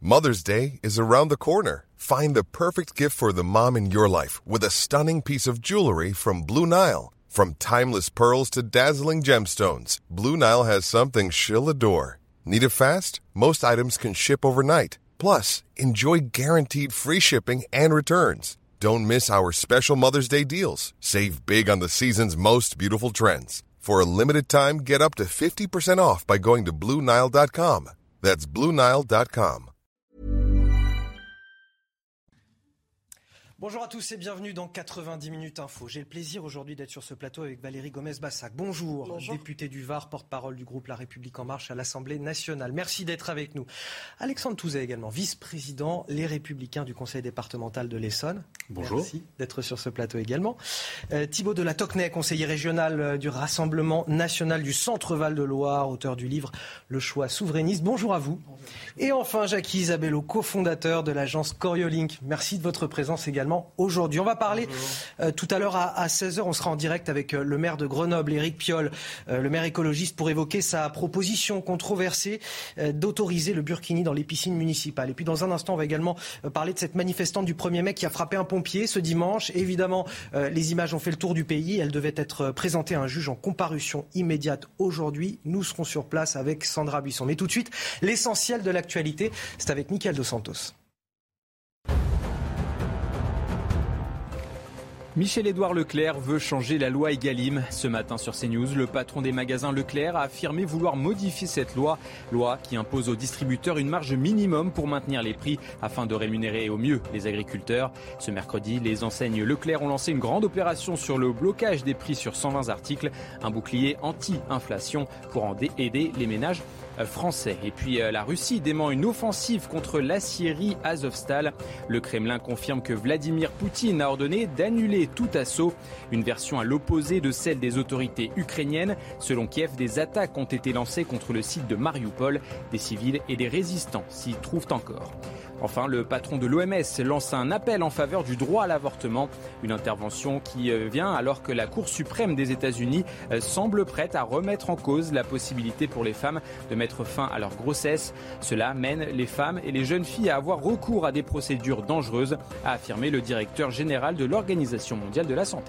Mother's Day is around the corner. Find the perfect gift for the mom in your life with a stunning piece of jewelry from Blue Nile. From timeless pearls to dazzling gemstones, Blue Nile has something she'll adore. Need it fast? Most items can ship overnight. Plus, enjoy guaranteed free shipping and returns. Don't miss our special Mother's Day deals. Save big on the season's most beautiful trends. For a limited time, get up to 50% off by going to BlueNile.com. That's BlueNile.com. Bonjour à tous et bienvenue dans 90 minutes info. J'ai le plaisir aujourd'hui d'être sur ce plateau avec Valérie Gomez-Bassac. Bonjour, députée du Var, porte-parole du groupe La République En Marche à l'Assemblée nationale. Merci d'être avec nous. Alexandre Touzet également, vice-président Les Républicains du Conseil départemental de l'Essonne. Bonjour. Merci d'être sur ce plateau également. Thibaut de la Tocnay, conseiller régional du Rassemblement national du Centre Val-de-Loire, auteur du livre Le choix souverainiste. Bonjour à vous. Bonjour. Et enfin, Jacky Isabello, cofondateur de l'agence Coriolink. Merci de votre présence également aujourd'hui. On va parler tout à l'heure à 16h. On sera en direct avec le maire de Grenoble, Éric Piolle, le maire écologiste, pour évoquer sa proposition controversée d'autoriser le burkini dans les piscines municipales. Et puis dans un instant, on va également parler de cette manifestante du 1er mai qui a frappé un pompier ce dimanche. Évidemment, les images ont fait le tour du pays. Elles devaient être présentées à un juge en comparution immédiate aujourd'hui. Nous serons sur place avec Sandra Buisson. Mais tout de suite, l'essentiel de l'actualité, c'est avec Mickaël Dos Santos. Michel-Édouard Leclerc veut changer la loi Egalim. Ce matin sur CNews, le patron des magasins Leclerc a affirmé vouloir modifier cette loi qui impose aux distributeurs une marge minimum pour maintenir les prix afin de rémunérer au mieux les agriculteurs. Ce mercredi, les enseignes Leclerc ont lancé une grande opération sur le blocage des prix sur 120 articles, un bouclier anti-inflation pour aider les ménages français. Et puis la Russie dément une offensive contre l'acierie Azovstal. Le Kremlin confirme que Vladimir Poutine a ordonné d'annuler tout assaut. Une version à l'opposé de celle des autorités ukrainiennes. Selon Kiev, des attaques ont été lancées contre le site de Mariupol. Des civils et des résistants s'y trouvent encore. Enfin, le patron de l'OMS lance un appel en faveur du droit à l'avortement. Une intervention qui vient alors que la Cour suprême des États-Unis semble prête à remettre en cause la possibilité pour les femmes de mettre fin à leur grossesse. Cela mène les femmes et les jeunes filles à avoir recours à des procédures dangereuses, a affirmé le directeur général de l'Organisation mondiale de la santé.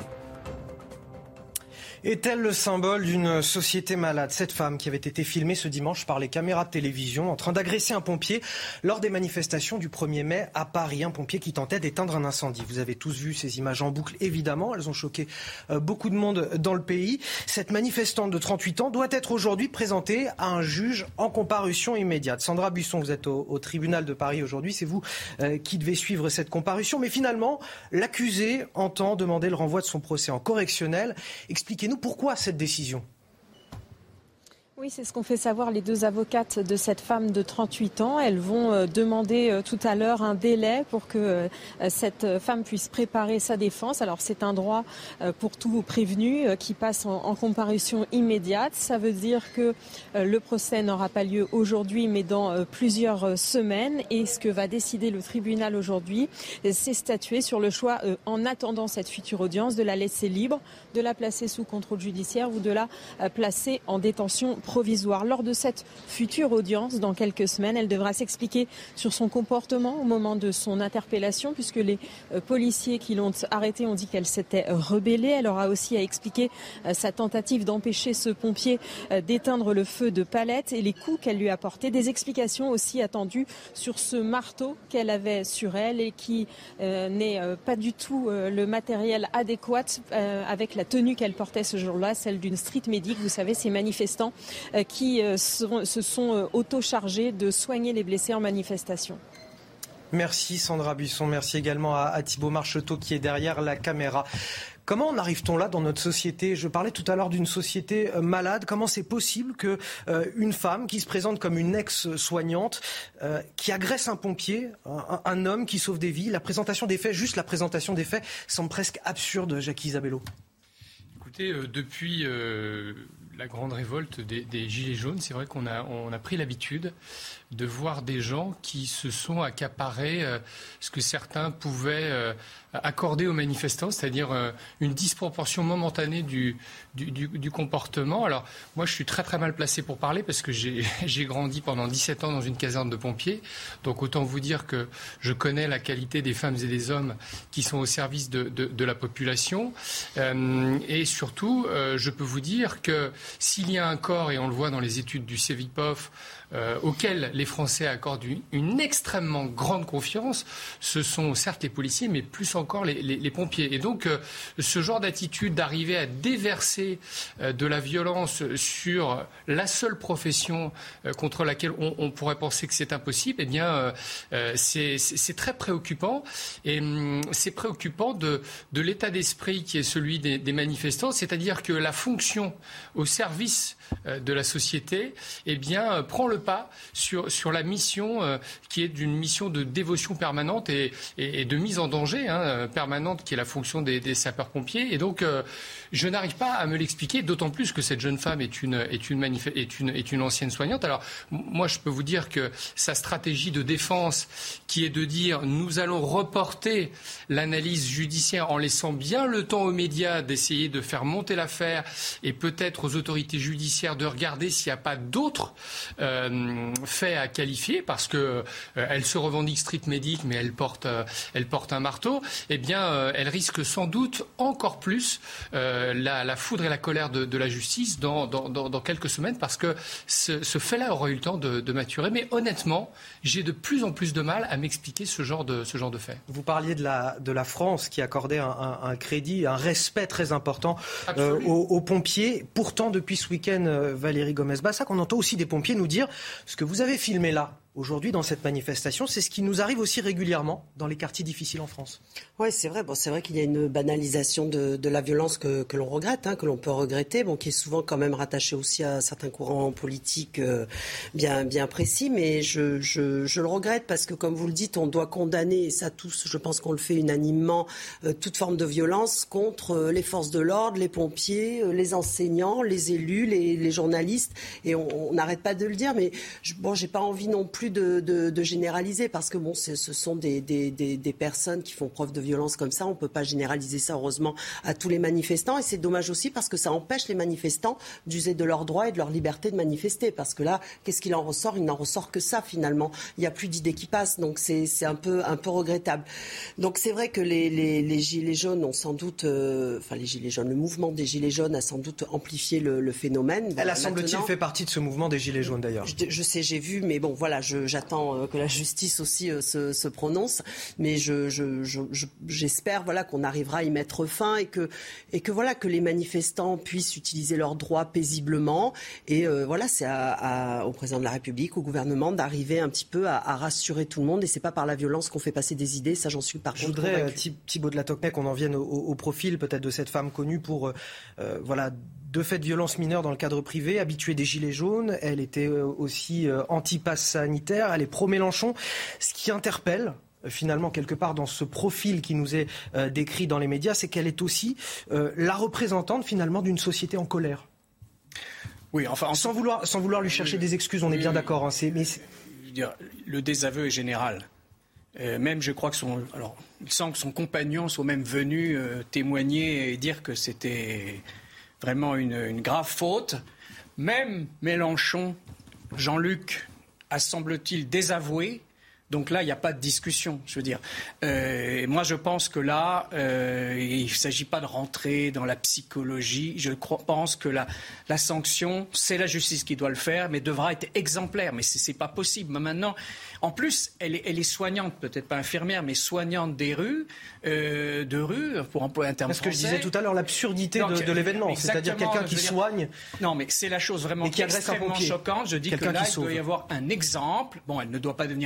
Est-elle le symbole d'une société malade ? Cette femme qui avait été filmée ce dimanche par les caméras de télévision en train d'agresser un pompier lors des manifestations du 1er mai à Paris. Un pompier qui tentait d'éteindre un incendie. Vous avez tous vu ces images en boucle, évidemment. Elles ont choqué beaucoup de monde dans le pays. Cette manifestante de 38 ans doit être aujourd'hui présentée à un juge en comparution immédiate. Sandra Buisson, vous êtes au tribunal de Paris aujourd'hui. C'est vous qui devez suivre cette comparution. Mais finalement, l'accusé entend demander le renvoi de son procès en correctionnel. Expliquez-nous pourquoi cette décision ? Oui, c'est ce qu'ont fait savoir les deux avocates de cette femme de 38 ans. Elles vont demander tout à l'heure un délai pour que cette femme puisse préparer sa défense. Alors c'est un droit pour tout prévenu qui passe en comparution immédiate. Ça veut dire que le procès n'aura pas lieu aujourd'hui mais dans plusieurs semaines. Et ce que va décider le tribunal aujourd'hui, c'est statuer sur le choix, en attendant cette future audience, de la laisser libre, de la placer sous contrôle judiciaire ou de la placer en détention provisoire. Lors de cette future audience, dans quelques semaines, elle devra s'expliquer sur son comportement au moment de son interpellation, puisque les policiers qui l'ont arrêtée ont dit qu'elle s'était rebellée. Elle aura aussi à expliquer sa tentative d'empêcher ce pompier d'éteindre le feu de palette et les coups qu'elle lui a portés. Des explications aussi attendues sur ce marteau qu'elle avait sur elle et qui n'est pas du tout le matériel adéquat avec la tenue qu'elle portait ce jour-là, celle d'une street medic. Vous savez, ces manifestants qui se sont auto-chargés de soigner les blessés en manifestation. Merci Sandra Buisson, merci également à Thibaut Marcheteau qui est derrière la caméra. Comment en arrive-t-on là dans notre société ? Je parlais tout à l'heure d'une société malade. Comment c'est possible que une femme qui se présente comme une ex-soignante, qui agresse un pompier, un homme qui sauve des vies, la présentation des faits, juste la présentation des faits, semble presque absurde, Jacky Isabello. Écoutez, depuis la grande révolte des Gilets jaunes, c'est vrai qu'on a pris l'habitude de voir des gens qui se sont accaparés ce que certains pouvaient accorder aux manifestants, c'est-à-dire une disproportion momentanée du comportement. Alors moi je suis très très mal placé pour parler parce que j'ai grandi pendant 17 ans dans une caserne de pompiers, donc autant vous dire que je connais la qualité des femmes et des hommes qui sont au service de la population, et surtout je peux vous dire que s'il y a un corps, et on le voit dans les études du Cevipof, auquel les Français accordent une extrêmement grande confiance, ce sont certes les policiers, mais plus encore les pompiers. Et donc, ce genre d'attitude d'arriver à déverser de la violence sur la seule profession contre laquelle on pourrait penser que c'est impossible, eh bien, c'est très préoccupant. Et c'est préoccupant de l'état d'esprit qui est celui des manifestants, c'est-à-dire que la fonction au service de la société, eh bien, prend le pas sur la mission qui est d'une mission de dévotion permanente et de mise en danger permanente, qui est la fonction des sapeurs-pompiers. Et donc, je n'arrive pas à me l'expliquer, d'autant plus que cette jeune femme est une ancienne soignante. Alors, moi, je peux vous dire que sa stratégie de défense, qui est de dire nous allons reporter l'analyse judiciaire en laissant bien le temps aux médias d'essayer de faire monter l'affaire et peut-être aux autorités judiciaires de regarder s'il n'y a pas d'autres faits à qualifier, parce que elle se revendique street medic, mais elle porte un marteau. Eh bien, elle risque sans doute encore plus la foudre et la colère de la justice dans quelques semaines, parce que ce fait-là aura eu le temps de maturer. Mais honnêtement, j'ai de plus en plus de mal à m'expliquer ce genre de fait. Vous parliez de la France qui accordait un crédit, un respect très important aux pompiers. Pourtant, depuis ce week-end, Valérie Gomez-Bassac, on entend aussi des pompiers nous dire ce que vous avez filmé là. Aujourd'hui, dans cette manifestation, c'est ce qui nous arrive aussi régulièrement dans les quartiers difficiles en France. Oui, c'est vrai. Bon, c'est vrai qu'il y a une banalisation de la violence que l'on regrette, que l'on peut regretter, qui est souvent quand même rattachée aussi à certains courants politiques bien précis. Mais je le regrette parce que, comme vous le dites, on doit condamner, et ça tous, je pense qu'on le fait unanimement, toute forme de violence contre les forces de l'ordre, les pompiers, les enseignants, les élus, les journalistes. Et on n'arrête pas de le dire, mais j'ai pas envie non plus de généraliser, parce que ce sont des personnes qui font preuve de violence comme ça. On ne peut pas généraliser ça, heureusement, à tous les manifestants. Et c'est dommage aussi parce que ça empêche les manifestants d'user de leurs droits et de leur liberté de manifester. Parce que là, qu'est-ce qu'il en ressort ? Il n'en ressort que ça, finalement. Il n'y a plus d'idées qui passent. Donc c'est un peu regrettable. Donc c'est vrai que les Gilets jaunes ont sans doute... les Gilets jaunes, le mouvement des Gilets jaunes a sans doute amplifié le phénomène. Elle a, semble-t-il, fait partie de ce mouvement des Gilets jaunes, d'ailleurs. Je sais, j'ai vu, mais bon, voilà, j'attends que la justice aussi se prononce, mais j'espère qu'on arrivera à y mettre fin et que les manifestants puissent utiliser leurs droits paisiblement. Et c'est au président de la République, au gouvernement, d'arriver un petit peu à rassurer tout le monde. Et c'est pas par la violence qu'on fait passer des idées. Ça, j'en suis par contre. Je voudrais, Thibaut de la Tocquenec, qu'on en vienne au profil peut-être de cette femme connue pour de faits de violence mineure dans le cadre privé, habituée des Gilets jaunes. Elle était aussi anti-pass sanitaire, elle est pro-Mélenchon. Ce qui interpelle, finalement, quelque part dans ce profil qui nous est décrit dans les médias, c'est qu'elle est aussi la représentante, finalement, d'une société en colère. Oui, enfin... Sans vouloir lui chercher des excuses, on est bien d'accord. Je veux dire, le désaveu est général. Même, je crois il semble que son compagnon soit même venu témoigner et dire que c'était vraiment une grave faute. Même Mélenchon, Jean-Luc, a, semble-t-il, désavoué. Donc là, il n'y a pas de discussion, je veux dire. Moi, je pense que là, il ne s'agit pas de rentrer dans la psychologie. Je pense que la sanction, c'est la justice qui doit le faire, mais devra être exemplaire. Mais ce n'est pas possible. Mais maintenant, en plus, elle est soignante, peut-être pas infirmière, mais soignante des rues, pour employer un terme français. Parce que je disais tout à l'heure, l'absurdité de l'événement. C'est-à-dire quelqu'un qui soigne... Non, mais c'est la chose vraiment extrêmement choquante. Je dis que là, il doit y avoir un exemple. Bon, elle ne doit pas devenir un bouc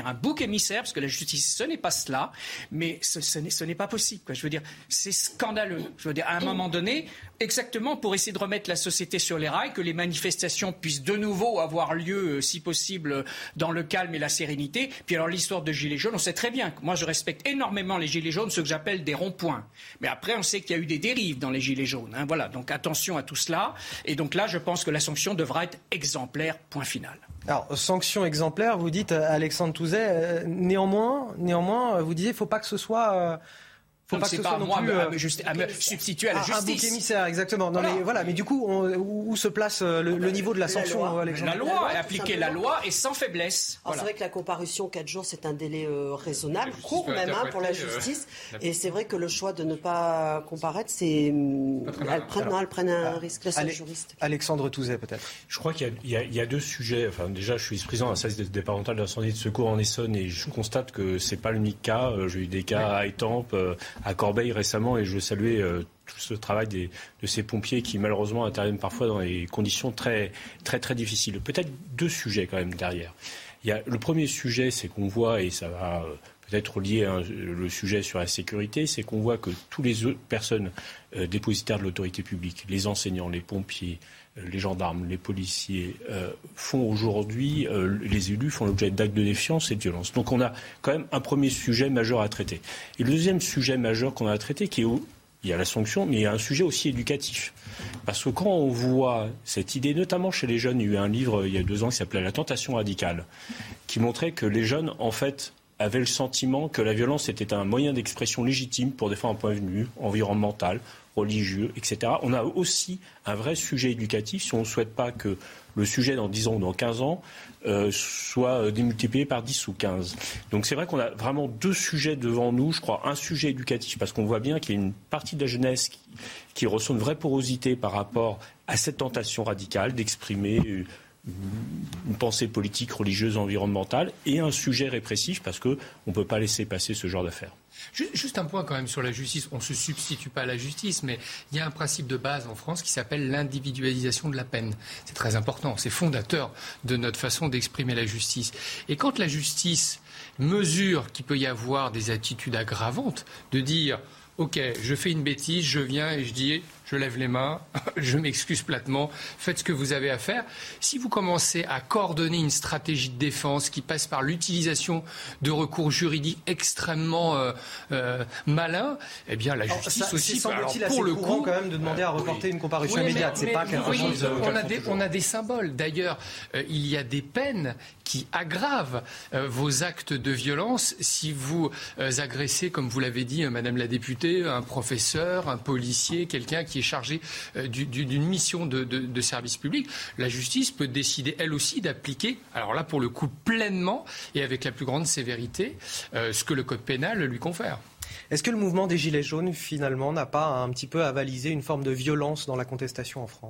émissaire, parce que la justice, ce n'est pas cela, mais ce n'est pas possible, quoi. Je veux dire, c'est scandaleux. Je veux dire, à un moment donné, exactement pour essayer de remettre la société sur les rails, que les manifestations puissent de nouveau avoir lieu, si possible, dans le calme et la sérénité. Puis alors, l'histoire de Gilets jaunes, on sait très bien que moi, je respecte énormément les Gilets jaunes, ce que j'appelle des ronds-points. Mais après, on sait qu'il y a eu des dérives dans les Gilets jaunes. Hein, voilà, donc attention à tout cela. Et donc là, je pense que la sanction devra être exemplaire, point final. Alors, sanction exemplaire, vous dites, Alexandre Touzet, néanmoins, vous disiez, il ne faut pas que ce soit... Faut pas que ce soit non plus à me substituer à la justice. Un bouc émissaire, exactement. Non, voilà. Mais du coup, où se place le niveau de la sanction, Alexandre ? La loi, appliquer la loi et sans faiblesse. Alors, c'est vrai que la comparution 4 jours, c'est un délai raisonnable, court même pour la justice. Et c'est vrai que le choix de ne pas comparaître, elles prennent un risque, les juristes. Alexandre Touzet, peut-être. Je crois qu'il y a deux sujets. Enfin, déjà, je suis vice-président à la service départemental d'incendie et de secours en Essonne et je constate que c'est pas l'unique cas. J'ai eu des cas à Étampes, à Corbeil récemment, et je veux saluer tout ce travail de ces pompiers qui malheureusement interviennent parfois dans des conditions très, très, très difficiles. Peut-être deux sujets quand même derrière. Le premier sujet, c'est qu'on voit, et ça va peut-être lier le sujet sur la sécurité, c'est qu'on voit que toutes les autres personnes dépositaires de l'autorité publique, les enseignants, les pompiers, les gendarmes, les policiers, font aujourd'hui, les élus font l'objet d'actes de défiance et de violence. Donc on a quand même un premier sujet majeur à traiter. Et le deuxième sujet majeur qu'on a à traiter, il y a la sanction, mais il y a un sujet aussi éducatif. Parce que quand on voit cette idée, notamment chez les jeunes, il y a eu un livre il y a 2 ans qui s'appelait « La tentation radicale », qui montrait que les jeunes, en fait, avaient le sentiment que la violence était un moyen d'expression légitime pour défendre un point de vue environnemental, religieux, etc. On a aussi un vrai sujet éducatif si on ne souhaite pas que le sujet dans 10 ans ou dans 15 ans soit démultiplié par 10 ou 15. Donc c'est vrai qu'on a vraiment deux sujets devant nous, je crois. Un sujet éducatif, parce qu'on voit bien qu'il y a une partie de la jeunesse qui ressent une vraie porosité par rapport à cette tentation radicale d'exprimer une pensée politique, religieuse, environnementale, et un sujet répressif, parce qu'on ne peut pas laisser passer ce genre d'affaires. Juste un point quand même sur la justice. On ne se substitue pas à la justice, mais il y a un principe de base en France qui s'appelle l'individualisation de la peine. C'est très important, c'est fondateur de notre façon d'exprimer la justice. Et quand la justice mesure qu'il peut y avoir des attitudes aggravantes, de dire « Ok, je fais une bêtise, je viens et je dis... » Je lève les mains, je m'excuse platement, faites ce que vous avez à faire. Si vous commencez à coordonner une stratégie de défense qui passe par l'utilisation de recours juridiques extrêmement malins, eh bien la justice aussi... Pour le coup, quand même de demander à reporter une comparution immédiate. C'est pas quelque chose... On a des symboles. D'ailleurs, il y a des peines qui aggravent vos actes de violence si vous agressez, comme vous l'avez dit, Madame la députée, un professeur, un policier, quelqu'un qui est chargé d'une mission de service public. La justice peut décider, elle aussi, d'appliquer, alors là, pour le coup, pleinement et avec la plus grande sévérité, ce que le code pénal lui confère. Est-ce que le mouvement des Gilets jaunes, finalement, n'a pas un petit peu avalisé une forme de violence dans la contestation en France ?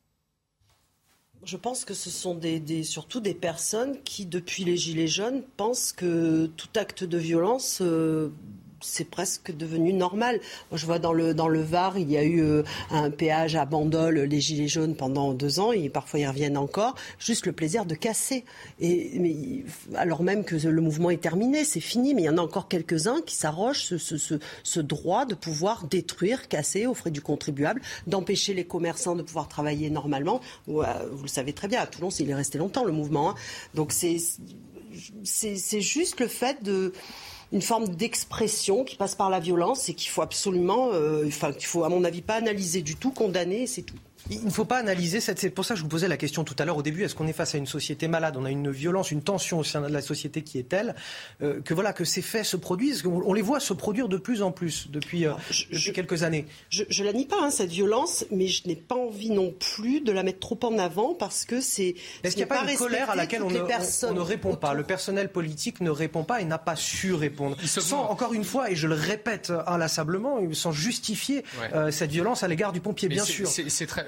Je pense que ce sont surtout des personnes qui, depuis les Gilets jaunes, pensent que tout acte de violence... c'est presque devenu normal. Moi, je vois dans le Var, il y a eu un péage à Bandol, les Gilets jaunes, pendant 2 ans, et parfois ils reviennent encore, juste le plaisir de casser. Alors même que le mouvement est terminé, c'est fini, mais il y en a encore quelques-uns qui s'arrogent ce droit de pouvoir détruire, casser aux frais du contribuable, d'empêcher les commerçants de pouvoir travailler normalement. Vous le savez très bien, à Toulon, il est resté longtemps, le mouvement. Hein. Donc c'est juste le fait une forme d'expression qui passe par la violence et qu'il faut absolument, qu'il faut à mon avis pas analyser du tout, condamner, et c'est tout. Il ne faut pas analyser c'est pour ça que je vous posais la question tout à l'heure au début, est-ce qu'on est face à une société malade ? On a une violence, une tension au sein de la société qui est telle que ces faits se produisent, on les voit se produire de plus en plus depuis quelques années. Je la nie pas, cette violence, mais je n'ai pas envie non plus de la mettre trop en avant parce que c'est... Est-ce qu'il n'y a pas une colère à laquelle on ne répond pas ? Le personnel politique ne répond pas et n'a pas su répondre. Sans, encore une fois, et je le répète inlassablement, sans justifier cette violence à l'égard du pompier, bien sûr. C'est très...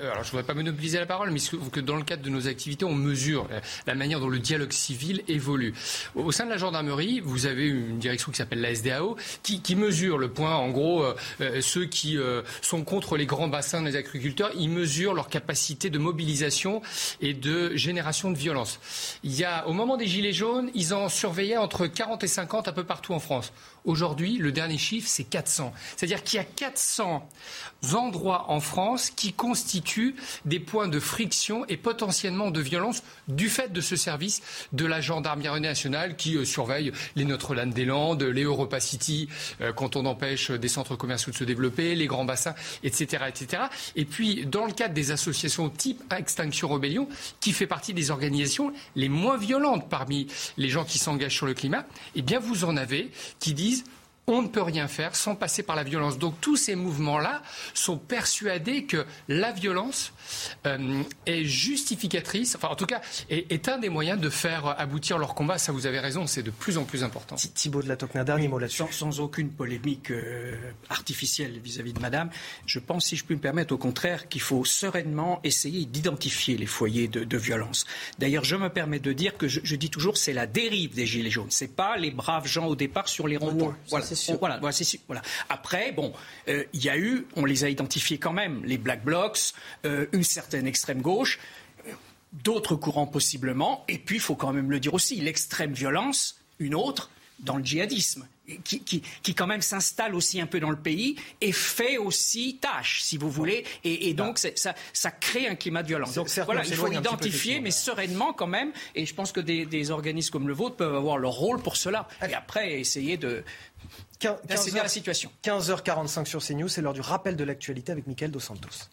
alors je ne voudrais pas monopoliser la parole, mais que dans le cadre de nos activités, on mesure la manière dont le dialogue civil évolue. Au sein de la gendarmerie, vous avez une direction qui s'appelle la SDAO, qui mesure le point, en gros, ceux qui sont contre les grands bassins des agriculteurs, ils mesurent leur capacité de mobilisation et de génération de violence. Au moment des Gilets jaunes, ils en surveillaient entre 40 et 50 un peu partout en France. Aujourd'hui, le dernier chiffre, c'est 400. C'est-à-dire qu'il y a 400 endroits en France qui constituent des points de friction et potentiellement de violence du fait de ce service de la gendarmerie nationale qui surveille les Notre-Dame-des-Landes, les Europa City, quand on empêche des centres commerciaux de se développer, les grands bassins, etc., etc. Et puis, dans le cadre des associations type Extinction Rebellion, qui fait partie des organisations les moins violentes parmi les gens qui s'engagent sur le climat, eh bien, vous en avez qui disent on ne peut rien faire sans passer par la violence. Donc tous ces mouvements-là sont persuadés que la violence est justificatrice, enfin en tout cas est un des moyens de faire aboutir leur combat. Ça, vous avez raison, c'est de plus en plus important. Thibaut de la Tocquenard, dernier mot là-dessus. Sans aucune polémique artificielle vis-à-vis de madame, je pense, si je puis me permettre, au contraire, qu'il faut sereinement essayer d'identifier les foyers de violence. D'ailleurs, je me permets de dire que je dis toujours, c'est la dérive des Gilets jaunes. C'est pas les braves gens au départ sur les ronds-points. Voilà. Après, il y a eu, on les a identifiés quand même, les Black Blocs, une certaine extrême gauche, d'autres courants possiblement, et puis il faut quand même le dire aussi, l'extrême violence, une autre, dans le djihadisme, qui quand même s'installe aussi un peu dans le pays et fait aussi tâche, si vous voulez, et donc ça crée un climat de violence. Donc voilà, il faut l'identifier, mais sereinement quand même, et je pense que des organismes comme le vôtre peuvent avoir leur rôle pour cela. Et après, essayer d'assainir la situation. 15h45 sur CNews, c'est l'heure du rappel de l'actualité avec Mickaël Dos Santos.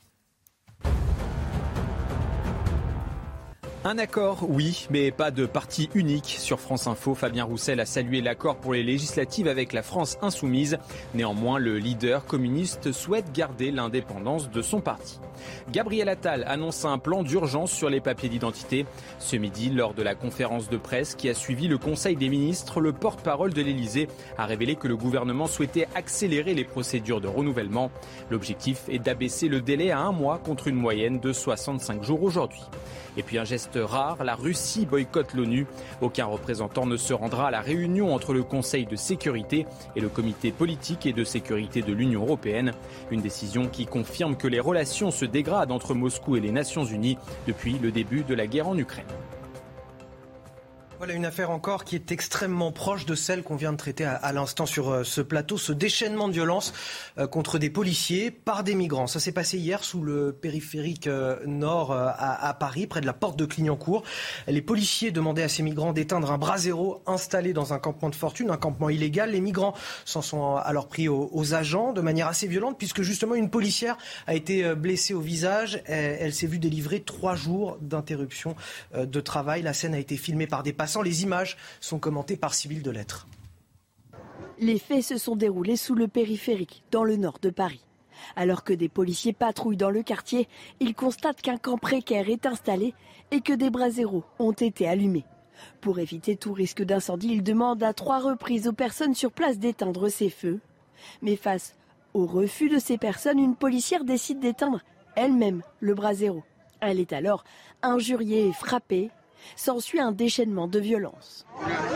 Un accord, oui, mais pas de parti unique. Sur France Info, Fabien Roussel a salué l'accord pour les législatives avec la France insoumise. Néanmoins, le leader communiste souhaite garder l'indépendance de son parti. Gabriel Attal annonce un plan d'urgence sur les papiers d'identité. Ce midi, lors de la conférence de presse qui a suivi le Conseil des ministres, le porte-parole de l'Elysée a révélé que le gouvernement souhaitait accélérer les procédures de renouvellement. L'objectif est d'abaisser le délai à 1 mois contre une moyenne de 65 jours aujourd'hui. Et puis un geste rare, la Russie boycotte l'ONU. Aucun représentant ne se rendra à la réunion entre le Conseil de sécurité et le Comité politique et de sécurité de l'Union européenne. Une décision qui confirme que les relations se dégradent entre Moscou et les Nations Unies depuis le début de la guerre en Ukraine. Voilà une affaire encore qui est extrêmement proche de celle qu'on vient de traiter à l'instant sur ce plateau, ce déchaînement de violence contre des policiers par des migrants. Ça s'est passé hier sous le périphérique nord à Paris, près de la porte de Clignancourt. Les policiers demandaient à ces migrants d'éteindre un brasero installé dans un campement de fortune, un campement illégal. Les migrants s'en sont alors pris aux agents de manière assez violente puisque justement une policière a été blessée au visage. Elle s'est vue délivrer 3 jours d'interruption de travail. La scène a été filmée par des passants. Les images sont commentées par Sybille Delettre. Les faits se sont déroulés sous le périphérique, dans le nord de Paris. Alors que des policiers patrouillent dans le quartier, ils constatent qu'un camp précaire est installé et que des braseros ont été allumés. Pour éviter tout risque d'incendie, ils demandent à 3 reprises aux personnes sur place d'éteindre ces feux. Mais face au refus de ces personnes, une policière décide d'éteindre elle-même le brasero. Elle est alors injuriée et frappée. S'ensuit un déchaînement de violence.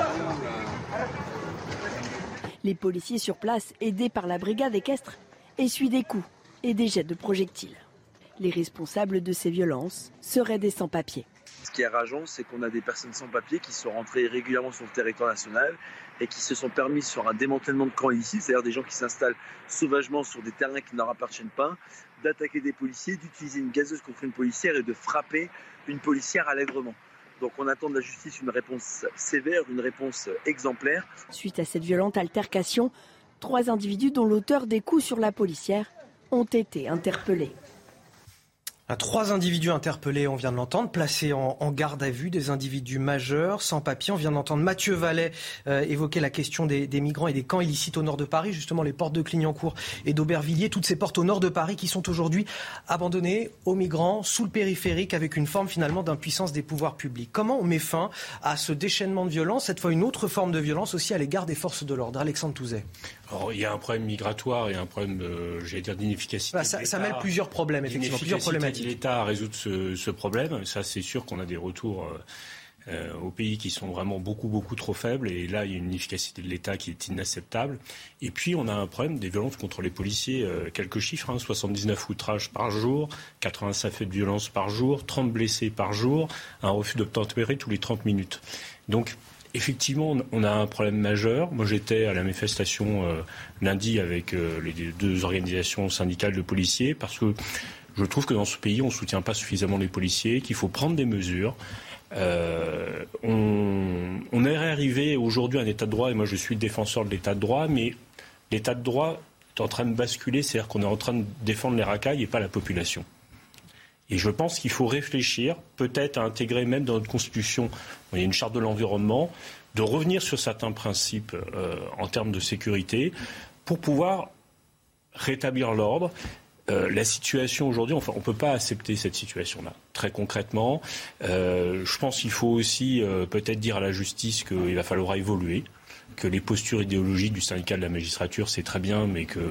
Les policiers sur place, aidés par la brigade équestre, essuient des coups et des jets de projectiles. Les responsables de ces violences seraient des sans-papiers. Ce qui est rageant, c'est qu'on a des personnes sans-papiers qui sont rentrées régulièrement sur le territoire national et qui se sont permis sur un démantèlement de camps illicites, c'est-à-dire des gens qui s'installent sauvagement sur des terrains qui ne leur appartiennent pas, d'attaquer des policiers, d'utiliser une gazeuse contre une policière et de frapper une policière allègrement. Donc on attend de la justice une réponse sévère, une réponse exemplaire. Suite à cette violente altercation, 3 individus dont l'auteur des coups sur la policière ont été interpellés. 3 individus interpellés, on vient de l'entendre, placés en garde à vue, des individus majeurs, sans papier. On vient d'entendre Mathieu Vallet évoquer la question des migrants et des camps illicites au nord de Paris, justement les portes de Clignancourt et d'Aubervilliers, toutes ces portes au nord de Paris qui sont aujourd'hui abandonnées aux migrants sous le périphérique avec une forme finalement d'impuissance des pouvoirs publics. Comment on met fin à ce déchaînement de violence, cette fois une autre forme de violence aussi à l'égard des forces de l'ordre? Alexandre Touzet. Alors, il y a un problème migratoire et un problème, d'inefficacité. Ça mêle plusieurs problèmes, effectivement, plusieurs problématiques. l'État à résoudre ce problème. Ça, c'est sûr qu'on a des retours aux pays qui sont vraiment beaucoup trop faibles. Et là, il y a une efficacité de l'État qui est inacceptable. Et puis, on a un problème des violences contre les policiers. Quelques chiffres, 79 outrages par jour, 85 faits de violence par jour, 30 blessés par jour, un refus d'obtempérer tous les 30 minutes. Donc, effectivement, on a un problème majeur. Moi, j'étais à la manifestation lundi avec les deux organisations syndicales de policiers parce que je trouve que dans ce pays, on ne soutient pas suffisamment les policiers, qu'il faut prendre des mesures. On est arrivé aujourd'hui à un état de droit, et moi je suis défenseur de l'état de droit, mais l'état de droit est en train de basculer, c'est-à-dire qu'on est en train de défendre les racailles et pas la population. Et je pense qu'il faut réfléchir, peut-être à intégrer même dans notre Constitution, il y a une charte de l'environnement, de revenir sur certains principes en termes de sécurité pour pouvoir rétablir l'ordre. La situation aujourd'hui, on ne peut pas accepter cette situation-là. Très concrètement, je pense qu'il faut aussi peut-être dire à la justice qu'il va falloir évoluer, que les postures idéologiques du syndicat de la magistrature, c'est très bien, mais qu'on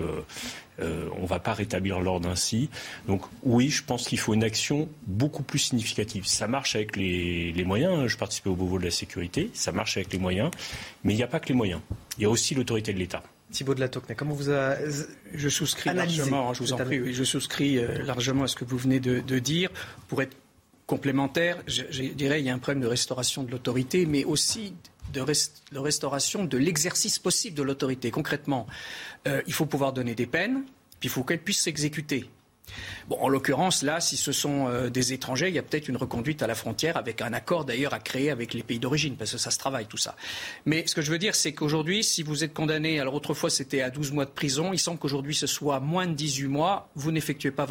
ne va pas rétablir l'ordre ainsi. Donc oui, je pense qu'il faut une action beaucoup plus significative. Ça marche avec les moyens. Je participais au Beauvau de la sécurité, ça marche avec les moyens, mais il n'y a pas que les moyens. Il y a aussi l'autorité de l'État. Thibaut de la Tocnay, comment vous Je souscris largement, je vous en prie, je souscris largement à ce que vous venez de dire. Pour être complémentaire, je dirais qu'il y a un problème de restauration de l'autorité, mais aussi de restauration de l'exercice possible de l'autorité. Concrètement, il faut pouvoir donner des peines, puis il faut qu'elles puissent s'exécuter. Bon, en l'occurrence, là, si ce sont des étrangers, il y a peut-être une reconduite à la frontière avec un accord d'ailleurs à créer avec les pays d'origine, parce que ça se travaille tout ça. Mais ce que je veux dire, c'est qu'aujourd'hui, si vous êtes condamné, alors autrefois c'était à 12 mois de prison, il semble qu'aujourd'hui ce soit moins de 18 mois, vous n'effectuez pas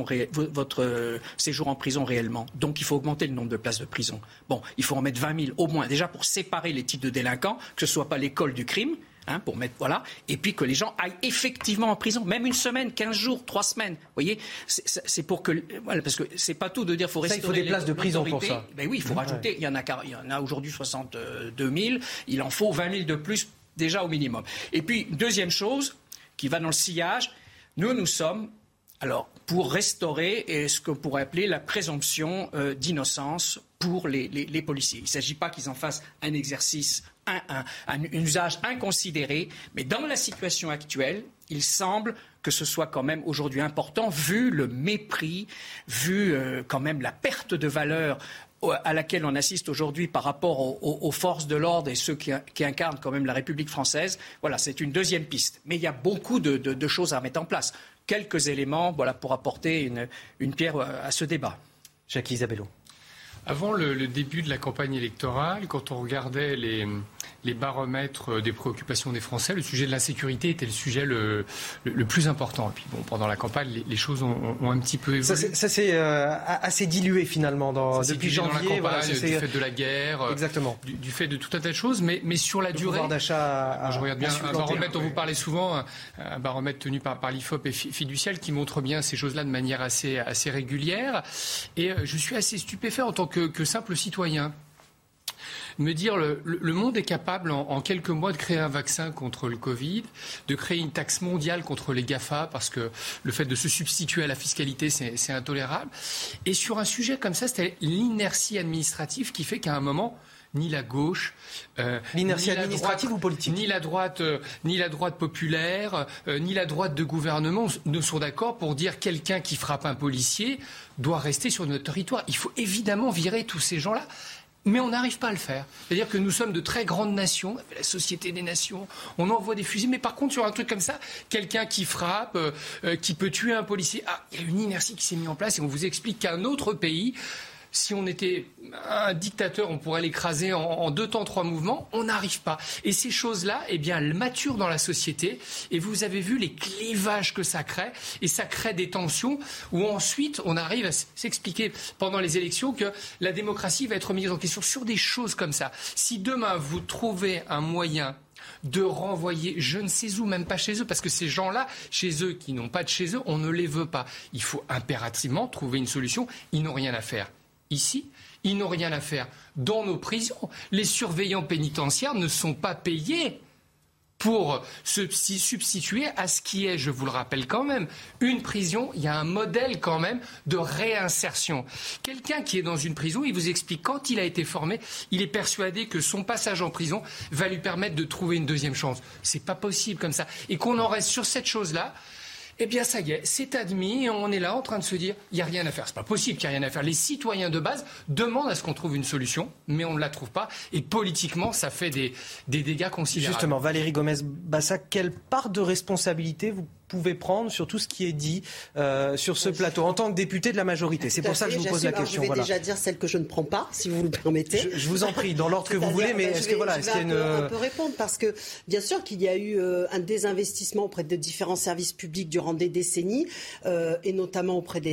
votre séjour en prison réellement. Donc il faut augmenter le nombre de places de prison. Bon, il faut en mettre 20 000 au moins, déjà pour séparer les types de délinquants, que ce ne soit pas l'école du crime. Pour mettre, voilà, et puis que les gens aillent effectivement en prison, même une semaine, 15 jours, 3 semaines. Vous voyez, c'est pour que, voilà, parce que c'est pas tout de dire faut restaurer. Il faut des places de prison pour ça. Ben oui, il faut rajouter. Il y en a aujourd'hui 62 000. Il en faut 20 000 de plus déjà au minimum. Et puis deuxième chose qui va dans le sillage, nous sommes alors pour restaurer ce qu'on pourrait appeler la présomption d'innocence pour les policiers. Il ne s'agit pas qu'ils en fassent un exercice, un usage inconsidéré, mais dans la situation actuelle, il semble que ce soit quand même aujourd'hui important, vu le mépris, vu quand même la perte de valeur à laquelle on assiste aujourd'hui par rapport aux forces de l'ordre et ceux qui incarnent quand même la République française. Voilà, c'est une deuxième piste. Mais il y a beaucoup de choses à mettre en place. Quelques éléments pour apporter une pierre à ce débat. Jackie Isabello. Avant le début de la campagne électorale, quand on regardait les baromètres des préoccupations des Français, le sujet de l'insécurité était le sujet le plus important. Et puis bon, pendant la campagne, les choses ont un petit peu évolué. Ça s'est assez dilué finalement depuis janvier. Du fait de la guerre, exactement. Du fait de tout un tas de choses, mais sur la durée. Le pouvoir d'achat. Je regarde bien un baromètre dont vous parlez souvent, un baromètre tenu par l'IFOP et Fiducial qui montre bien ces choses-là de manière assez régulière. Et je suis assez stupéfait en tant que simple citoyen. Me dire le monde est capable en quelques mois de créer un vaccin contre le Covid, de créer une taxe mondiale contre les GAFA parce que le fait de se substituer à la fiscalité c'est intolérable. Et sur un sujet comme ça, c'était l'inertie administrative qui fait qu'à un moment ni la gauche, l'inertie administrative ou politique, ni la droite populaire, ni la droite de gouvernement ne sont d'accord pour dire quelqu'un qui frappe un policier doit rester sur notre territoire. Il faut évidemment virer tous ces gens-là. Mais on n'arrive pas à le faire. C'est-à-dire que nous sommes de très grandes nations, la Société des Nations, on envoie des fusils, mais par contre, sur un truc comme ça, quelqu'un qui frappe, qui peut tuer un policier, il y a une inertie qui s'est mise en place et on vous explique qu'un autre pays, si on était un dictateur, on pourrait l'écraser en 2 temps, 3 mouvements. On n'arrive pas. Et ces choses-là, elles maturent dans la société. Et vous avez vu les clivages que ça crée. Et ça crée des tensions où ensuite, on arrive à s'expliquer pendant les élections que la démocratie va être mise en question sur des choses comme ça. Si demain, vous trouvez un moyen de renvoyer je ne sais où, même pas chez eux, parce que ces gens-là, chez eux, qui n'ont pas de chez eux, on ne les veut pas. Il faut impérativement trouver une solution. Ils n'ont rien à faire ici, ils n'ont rien à faire dans nos prisons. Les surveillants pénitentiaires ne sont pas payés pour se substituer à ce qui est, je vous le rappelle quand même, une prison. Il y a un modèle quand même de réinsertion. Quelqu'un qui est dans une prison, il vous explique quand il a été formé, il est persuadé que son passage en prison va lui permettre de trouver une deuxième chance. C'est pas possible comme ça. Et qu'on en reste sur cette chose-là, eh bien ça y est, c'est admis et on est là en train de se dire il n'y a rien à faire. C'est pas possible qu'il n'y ait rien à faire. Les citoyens de base demandent à ce qu'on trouve une solution, mais on ne la trouve pas. Et politiquement, ça fait des dégâts considérables. Justement, Valérie Gomez-Bassac, quelle part de responsabilité vous pouvez prendre sur tout ce qui est dit sur ce plateau en tant que député de la majorité? C'est pour ça que je vous pose la question. Je vais déjà dire celle que je ne prends pas, si vous le permettez. Je vous en prie, dans l'ordre que vous voulez, mais est-ce que voilà, je vais un peu répondre parce que bien sûr qu'il y a eu un désinvestissement auprès de différents services publics durant des décennies et notamment auprès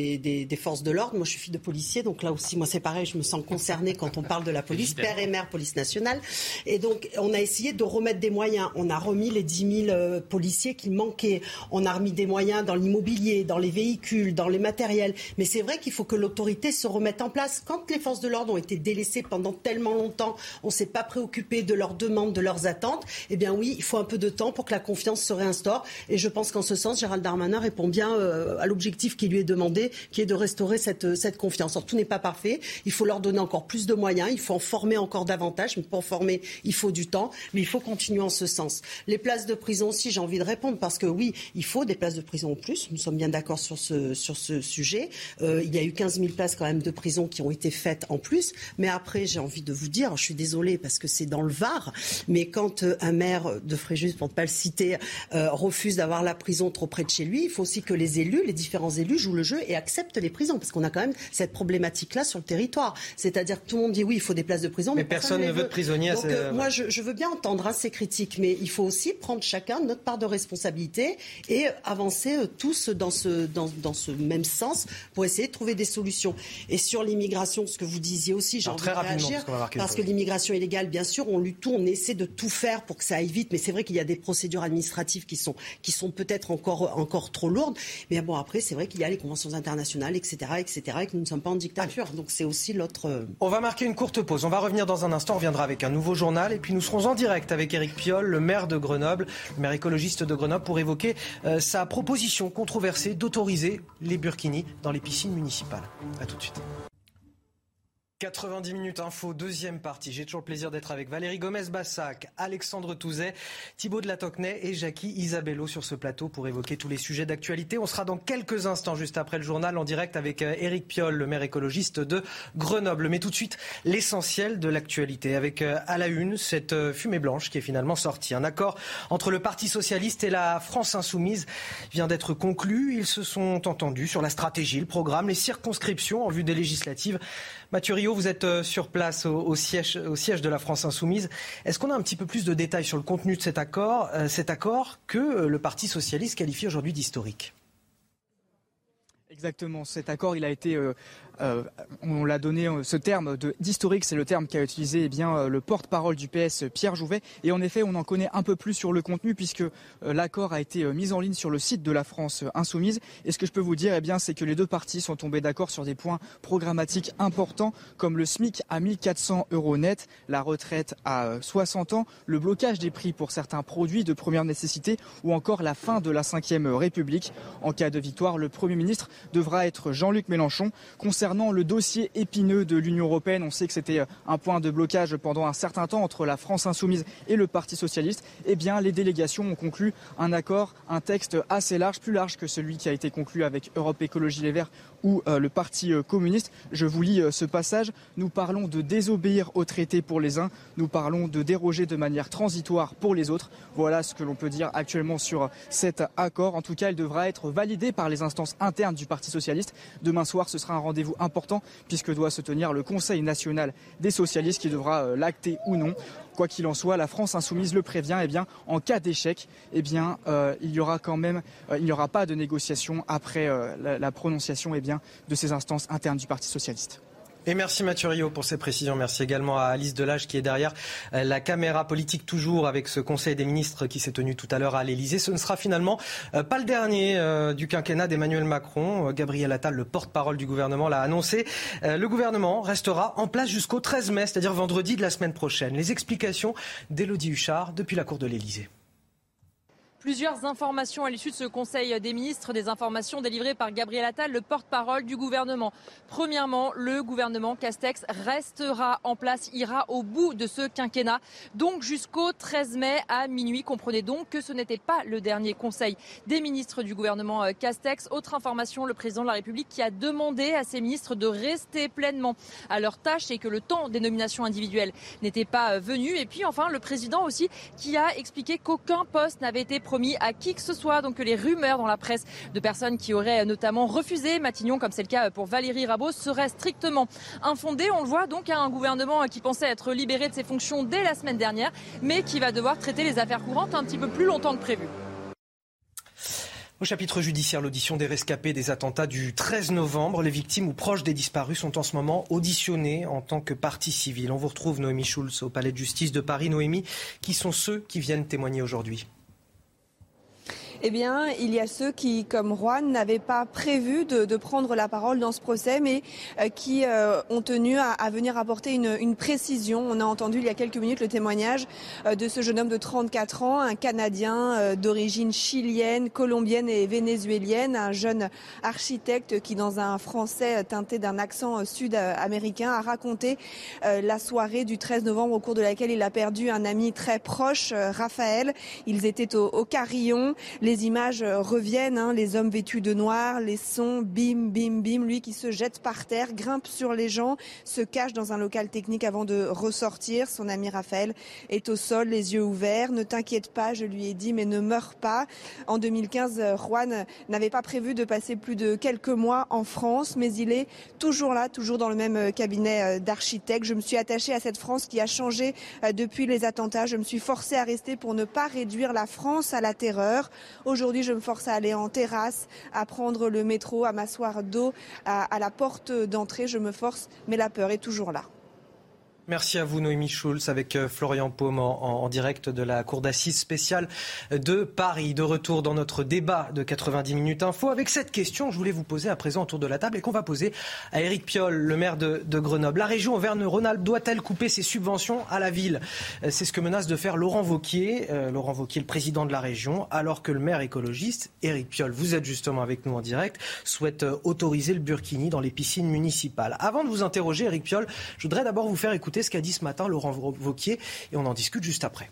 des forces de l'ordre. Moi, je suis fille de policier, donc là aussi, moi c'est pareil, je me sens concernée quand on parle de la police, père et mère police nationale. Et donc, on a essayé de remettre des moyens. On a remis les 10 000 policiers qui manquaient. On a remis des moyens dans l'immobilier, dans les véhicules, dans les matériels. Mais c'est vrai qu'il faut que l'autorité se remette en place. Quand les forces de l'ordre ont été délaissées pendant tellement longtemps, on ne s'est pas préoccupé de leurs demandes, de leurs attentes. Eh bien oui, il faut un peu de temps pour que la confiance se réinstaure. Et je pense qu'en ce sens, Gérald Darmanin répond bien à l'objectif qui lui est demandé, qui est de restaurer cette confiance. Alors, tout n'est pas parfait. Il faut leur donner encore plus de moyens. Il faut en former encore davantage. Mais pour en former, il faut du temps. Mais il faut continuer en ce sens. Les places de prison aussi, j'ai envie de répondre parce que oui, il faut des places de prison en plus. Nous sommes bien d'accord sur ce sujet. Il y a eu 15 000 places quand même de prison qui ont été faites en plus. Mais après, j'ai envie de vous dire, je suis désolée parce que c'est dans le Var, mais quand un maire de Fréjus, pour ne pas le citer, refuse d'avoir la prison trop près de chez lui, il faut aussi que les élus, les différents élus jouent le jeu et acceptent les prisons. Parce qu'on a quand même cette problématique-là sur le territoire. C'est-à-dire que tout le monde dit oui, il faut des places de prison. Mais personne ne veut de prisonniers. Donc, moi, je veux bien entendre ces critiques, mais il faut aussi prendre chacun notre part de responsabilité et avancer tous dans ce même sens pour essayer de trouver des solutions. Et sur l'immigration, ce que vous disiez aussi, j'ai envie de réagir, parce que l'immigration illégale, bien sûr, on lutte tout, on essaie de tout faire pour que ça aille vite, mais c'est vrai qu'il y a des procédures administratives qui sont peut-être encore trop lourdes. Mais bon, après, c'est vrai qu'il y a les conventions internationales, etc., et que nous ne sommes pas en dictature. Donc c'est aussi l'autre... On va marquer une courte pause. On va revenir dans un instant. On reviendra avec un nouveau journal. Et puis nous serons en direct avec Éric Piolle, le maire de Grenoble, le maire écologiste de Grenoble, pour évoquer sa proposition controversée d'autoriser les burkinis dans les piscines municipales. A tout de suite. 90 minutes info, deuxième partie. J'ai toujours le plaisir d'être avec Valérie Gomez-Bassac, Alexandre Touzet, Thibaut de la Tocnay et Jacky Isabello sur ce plateau pour évoquer tous les sujets d'actualité. On sera dans quelques instants, juste après le journal, en direct avec Éric Piolle, le maire écologiste de Grenoble. Mais tout de suite, l'essentiel de l'actualité avec à la une cette fumée blanche qui est finalement sortie. Un accord entre le Parti socialiste et la France insoumise vient d'être conclu. Ils se sont entendus sur la stratégie, le programme, les circonscriptions en vue des législatives. Mathieu Rio, vous êtes sur place au siège de la France insoumise. Est-ce qu'on a un petit peu plus de détails sur le contenu de cet accord que le Parti socialiste qualifie aujourd'hui d'historique ? Exactement, cet accord, il a été, on l'a donné ce terme d'historique, c'est le terme qu'a utilisé le porte-parole du PS, Pierre Jouvet. Et en effet, on en connaît un peu plus sur le contenu puisque l'accord a été mis en ligne sur le site de la France insoumise. Et ce que je peux vous dire, c'est que les deux partis sont tombés d'accord sur des points programmatiques importants comme le SMIC à 1 400 € net, la retraite à 60 ans, le blocage des prix pour certains produits de première nécessité ou encore la fin de la 5e République. En cas de victoire, le Premier ministre devra être Jean-Luc Mélenchon. Concernant le dossier épineux de l'Union européenne, on sait que c'était un point de blocage pendant un certain temps entre la France insoumise et le Parti socialiste. Les délégations ont conclu un accord, un texte assez large, plus large que celui qui a été conclu avec Europe Écologie Les Verts ou le Parti communiste. Je vous lis ce passage. Nous parlons de désobéir au traité pour les uns, nous parlons de déroger de manière transitoire pour les autres. Voilà ce que l'on peut dire actuellement sur cet accord. En tout cas, il devra être validé par les instances internes du Parti socialiste. Demain soir, ce sera un rendez-vous important puisque doit se tenir le Conseil national des socialistes qui devra l'acter ou non. Quoi qu'il en soit, la France insoumise le prévient, en cas d'échec, il y aura il n'y aura pas de négociation après la prononciation de ces instances internes du Parti socialiste. Et merci Mathieu Rio pour ces précisions. Merci également à Alice Delage qui est derrière la caméra politique, toujours avec ce Conseil des ministres qui s'est tenu tout à l'heure à l'Elysée. Ce ne sera finalement pas le dernier du quinquennat d'Emmanuel Macron. Gabriel Attal, le porte-parole du gouvernement, l'a annoncé. Le gouvernement restera en place jusqu'au 13 mai, c'est-à-dire vendredi de la semaine prochaine. Les explications d'Élodie Huchard depuis la cour de l'Elysée. Plusieurs informations à l'issue de ce Conseil des ministres, des informations délivrées par Gabriel Attal, le porte-parole du gouvernement. Premièrement, le gouvernement Castex restera en place, ira au bout de ce quinquennat, donc jusqu'au 13 mai à minuit. Comprenez donc que ce n'était pas le dernier Conseil des ministres du gouvernement Castex. Autre information, le président de la République qui a demandé à ses ministres de rester pleinement à leur tâche et que le temps des nominations individuelles n'était pas venu. Et puis enfin, le président aussi qui a expliqué qu'aucun poste n'avait été promis à qui que ce soit, donc que les rumeurs dans la presse de personnes qui auraient notamment refusé Matignon, comme c'est le cas pour Valérie Rabault, seraient strictement infondées. On le voit donc à un gouvernement qui pensait être libéré de ses fonctions dès la semaine dernière, mais qui va devoir traiter les affaires courantes un petit peu plus longtemps que prévu. Au chapitre judiciaire, l'audition des rescapés des attentats du 13 novembre. Les victimes ou proches des disparus sont en ce moment auditionnées en tant que partie civile. On vous retrouve Noémie Schulz au Palais de Justice de Paris. Noémie, qui sont ceux qui viennent témoigner aujourd'hui ? Eh bien, il y a ceux qui, comme Juan, n'avaient pas prévu de prendre la parole dans ce procès, mais qui ont tenu à venir apporter une précision. On a entendu il y a quelques minutes le témoignage de ce jeune homme de 34 ans, un Canadien d'origine chilienne, colombienne et vénézuélienne, un jeune architecte qui, dans un français teinté d'un accent sud-américain, a raconté la soirée du 13 novembre au cours de laquelle il a perdu un ami très proche, Raphaël. Ils étaient au Carillon. Les images reviennent, les hommes vêtus de noir, les sons, bim, bim, bim. Lui qui se jette par terre, grimpe sur les gens, se cache dans un local technique avant de ressortir. Son ami Raphaël est au sol, les yeux ouverts. Ne t'inquiète pas, je lui ai dit, mais ne meurs pas. En 2015, Juan n'avait pas prévu de passer plus de quelques mois en France, mais il est toujours là, toujours dans le même cabinet d'architecte. Je me suis attachée à cette France qui a changé depuis les attentats. Je me suis forcée à rester pour ne pas réduire la France à la terreur. Aujourd'hui, je me force à aller en terrasse, à prendre le métro, à m'asseoir dos à la porte d'entrée. Je me force, mais la peur est toujours là. Merci à vous Noémie Schulz avec Florian Paume en direct de la cour d'assises spéciale de Paris. De retour dans notre débat de 90 minutes info avec cette question que je voulais vous poser à présent autour de la table et qu'on va poser à Éric Piolle, le maire de Grenoble. La région Auvergne-Rhône-Alpes doit-elle couper ses subventions à la ville ? C'est ce que menace de faire Laurent Wauquiez, le président de la région, alors que le maire écologiste, Éric Piolle, vous êtes justement avec nous en direct, souhaite autoriser le burkini dans les piscines municipales. Avant de vous interroger, Éric Piolle, je voudrais d'abord vous faire écouter ce qu'a dit ce matin Laurent Wauquiez et on en discute juste après.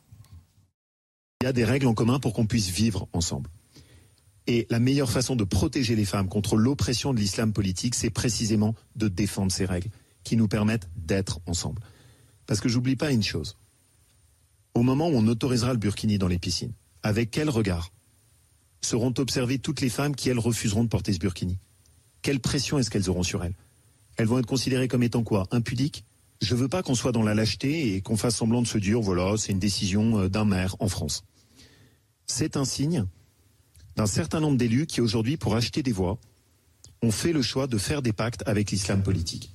Il y a des règles en commun pour qu'on puisse vivre ensemble. Et la meilleure façon de protéger les femmes contre l'oppression de l'islam politique, c'est précisément de défendre ces règles qui nous permettent d'être ensemble. Parce que j'oublie pas une chose. Au moment où on autorisera le burkini dans les piscines, avec quel regard seront observées toutes les femmes qui, elles, refuseront de porter ce burkini ? Quelle pression est-ce qu'elles auront sur elles ? Elles vont être considérées comme étant quoi ? Impudiques ? Je veux pas qu'on soit dans la lâcheté et qu'on fasse semblant de se dire, voilà, c'est une décision d'un maire en France. C'est un signe d'un certain nombre d'élus qui aujourd'hui, pour acheter des voix, ont fait le choix de faire des pactes avec l'islam politique.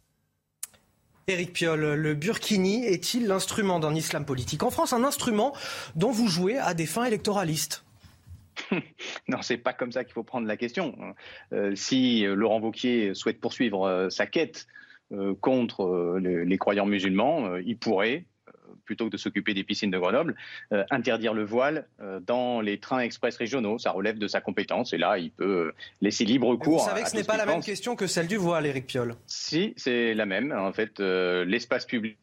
Éric Piolle, le burkini est-il l'instrument d'un islam politique en France, un instrument dont vous jouez à des fins électoralistes ? Non, c'est pas comme ça qu'il faut prendre la question. Si Laurent Wauquiez souhaite poursuivre sa quête contre les croyants musulmans, il pourrait, plutôt que de s'occuper des piscines de Grenoble, interdire le voile dans les trains express régionaux. Ça relève de sa compétence et là, il peut laisser libre cours. Vous savez que ce n'est pas la même question que celle du voile, Éric Piolle. Si, c'est la même. En fait, l'espace public,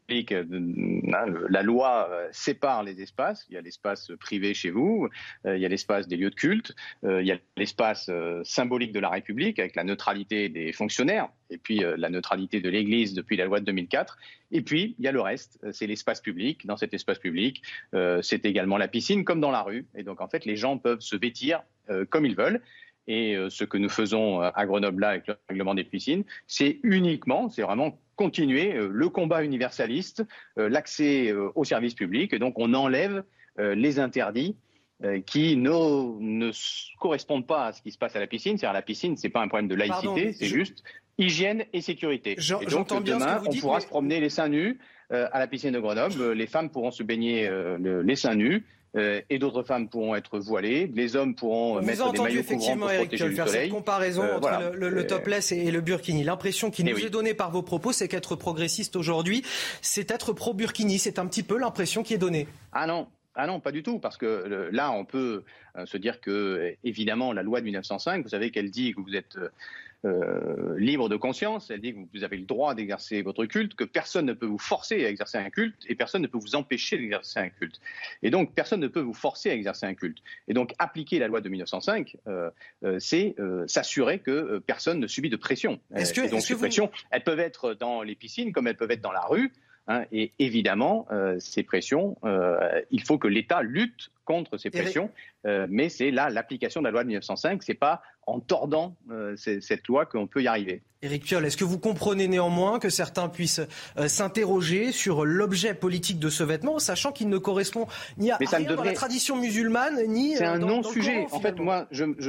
la loi sépare les espaces. Il y a l'espace privé chez vous, il y a l'espace des lieux de culte, il y a l'espace symbolique de la République avec la neutralité des fonctionnaires et puis la neutralité de l'Église depuis la loi de 2004. Et puis, il y a le reste, c'est l'espace public. Dans cet espace public, c'est également la piscine, comme dans la rue. Et donc, en fait, les gens peuvent se vêtir comme ils veulent. Et ce que nous faisons à Grenoble, là, avec le règlement des piscines, c'est vraiment continuer le combat universaliste, l'accès aux services publics. Et donc, on enlève les interdits qui ne correspondent pas à ce qui se passe à la piscine. C'est-à-dire la piscine, c'est pas un problème de laïcité, c'est juste hygiène et sécurité. Et donc demain, on pourra se promener les seins nus à la piscine de Grenoble. Les femmes pourront se baigner les seins nus. Et d'autres femmes pourront être voilées, les hommes pourront mettre des maillots couvrants pour protéger du soleil. Faire cette comparaison entre le topless et le burkini. L'impression qui nous est donnée par vos propos, c'est qu'être progressiste aujourd'hui, c'est être pro-burkini. C'est un petit peu l'impression qui est donnée. Ah non, pas du tout, parce que là, on peut se dire que, évidemment, la loi de 1905, vous savez qu'elle dit que vous êtes libre de conscience, elle dit que vous avez le droit d'exercer votre culte, que personne ne peut vous forcer à exercer un culte et personne ne peut vous empêcher d'exercer un culte. Et donc, personne ne peut vous forcer à exercer un culte. Et donc, appliquer la loi de 1905, c'est s'assurer que personne ne subit de pression. Ces pressions, elles peuvent être dans les piscines comme elles peuvent être dans la rue. Et évidemment, ces pressions, il faut que l'État lutte contre ces pressions, mais c'est là l'application de la loi de 1905, c'est pas en tordant cette loi qu'on peut y arriver. Éric Piolle, est-ce que vous comprenez néanmoins que certains puissent s'interroger sur l'objet politique de ce vêtement, sachant qu'il ne correspond ni à rien dans la tradition musulmane, ni c'est un dans non-sujet. le Coran, en fait, moi,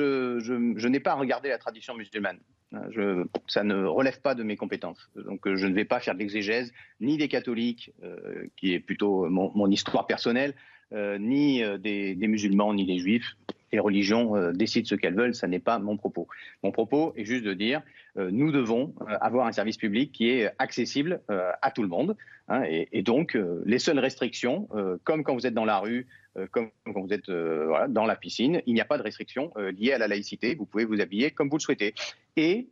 je n'ai pas regardé la tradition musulmane. Ça ne relève pas de mes compétences. Donc je ne vais pas faire de l'exégèse, ni des catholiques, qui est plutôt mon histoire personnelle, ni des musulmans, ni des juifs. Les religions décident ce qu'elles veulent, ça n'est pas mon propos. Mon propos est juste de dire, nous devons avoir un service public qui est accessible à tout le monde. Et donc, les seules restrictions, comme quand vous êtes dans la rue, comme quand vous êtes dans la piscine, il n'y a pas de restrictions liées à la laïcité. Vous pouvez vous habiller comme vous le souhaitez. Et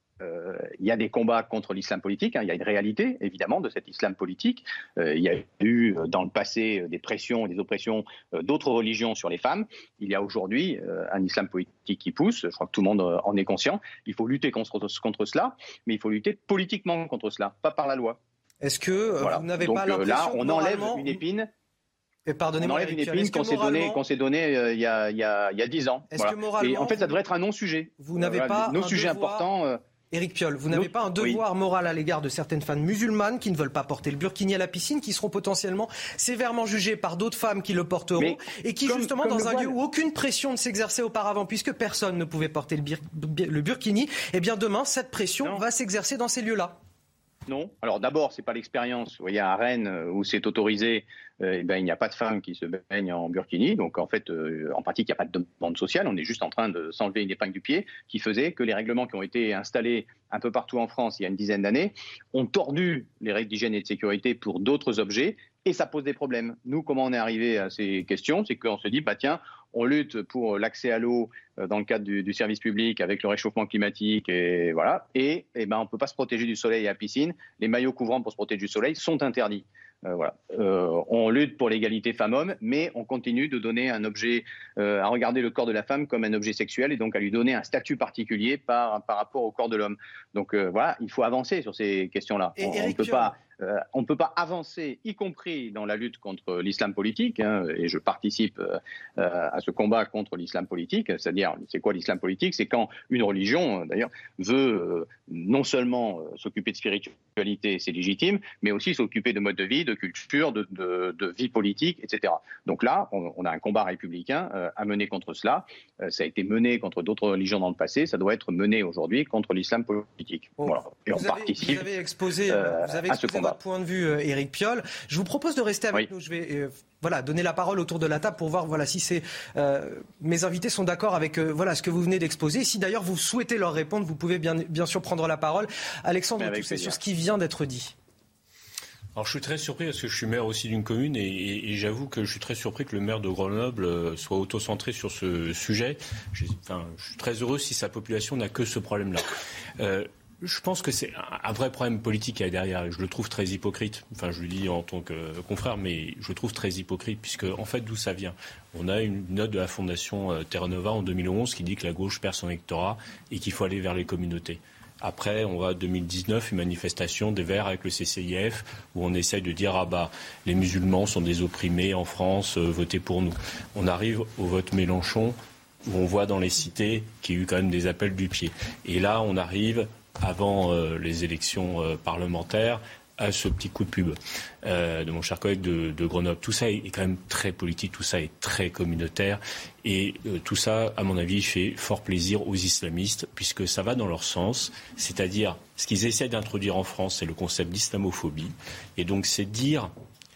il y a des combats contre l'islam politique, il y a une réalité évidemment de cet islam politique. Il y a eu dans le passé des pressions et des oppressions d'autres religions sur les femmes. Il y a aujourd'hui un islam politique qui pousse, je crois que tout le monde en est conscient. Il faut lutter contre cela, mais il faut lutter politiquement contre cela, pas par la loi. Est-ce que vous n'avez pas l'impression là, on enlève moralement... une épine. Pardonnez-moi, on enlève une épine qu'on s'est donnée il y a 10 ans. Est-ce que moralement, et en fait, ça devrait être un non-sujet. Vous n'avez pas nos sujets importants. Éric Piolle, vous n'avez pas un devoir moral à l'égard de certaines femmes musulmanes qui ne veulent pas porter le burkini à la piscine, qui seront potentiellement sévèrement jugées par d'autres femmes qui le porteront et qui, justement, dans un lieu où aucune pression ne s'exerçait auparavant, puisque personne ne pouvait porter le burkini, eh bien demain, cette pression va s'exercer dans ces lieux-là. Non. Alors d'abord, c'est pas l'expérience. Vous voyez, à Rennes, où c'est autorisé, il n'y a pas de femmes qui se baignent en burkini. Donc en fait, en pratique, il n'y a pas de demande sociale. On est juste en train de s'enlever une épingle du pied qui faisait que les règlements qui ont été installés un peu partout en France il y a une dizaine d'années ont tordu les règles d'hygiène et de sécurité pour d'autres objets. Et ça pose des problèmes. Nous, comment on est arrivé à ces questions ? C'est qu'on se dit, tiens, on lutte pour l'accès à l'eau dans le cadre du service public avec le réchauffement climatique et voilà. Et on ne peut pas se protéger du soleil à la piscine. Les maillots couvrants pour se protéger du soleil sont interdits. On lutte pour l'égalité femmes-hommes, mais on continue de donner un objet, à regarder le corps de la femme comme un objet sexuel et donc à lui donner un statut particulier par rapport au corps de l'homme. Donc il faut avancer sur ces questions-là. On ne peut pas avancer, y compris dans la lutte contre l'islam politique, et je participe à ce combat contre l'islam politique. C'est-à-dire, c'est quoi l'islam politique ? C'est quand une religion, d'ailleurs, veut non seulement s'occuper de spiritualité, c'est légitime, mais aussi s'occuper de mode de vie, de culture, de vie politique, etc. Donc là, on a un combat républicain à mener contre cela. Ça a été mené contre d'autres religions dans le passé, ça doit être mené aujourd'hui contre l'islam politique. Voilà. Et on participe vous avez exposé votre point de vue, Éric Piolle. Je vous propose de rester avec nous. Je vais donner la parole autour de la table pour voir si mes invités sont d'accord avec ce que vous venez d'exposer. Si d'ailleurs vous souhaitez leur répondre, vous pouvez bien sûr prendre la parole. Alexandre Tousset, sur ce qui vient d'être dit. Alors je suis très surpris parce que je suis maire aussi d'une commune et j'avoue que je suis très surpris que le maire de Grenoble soit auto-centré sur ce sujet. Je suis très heureux si sa population n'a que ce problème-là. Je pense que c'est un vrai problème politique qu'il y a derrière et je le trouve très hypocrite. Enfin, je le dis en tant que confrère, mais je le trouve très hypocrite puisque, en fait, d'où ça vient ? On a une note de la Fondation Terra Nova en 2011 qui dit que la gauche perd son électorat et qu'il faut aller vers les communautés. Après, on va à 2019, une manifestation des Verts avec le CCIF où on essaye de dire les musulmans sont des opprimés en France, votez pour nous. On arrive au vote Mélenchon où on voit dans les cités qu'il y a eu quand même des appels du pied. Et là, on arrive avant les élections parlementaires à ce petit coup de pub de mon cher collègue de Grenoble. Tout ça est quand même très politique, tout ça est très communautaire et tout ça, à mon avis, fait fort plaisir aux islamistes puisque ça va dans leur sens, c'est-à-dire ce qu'ils essaient d'introduire en France, c'est le concept d'islamophobie et donc c'est dire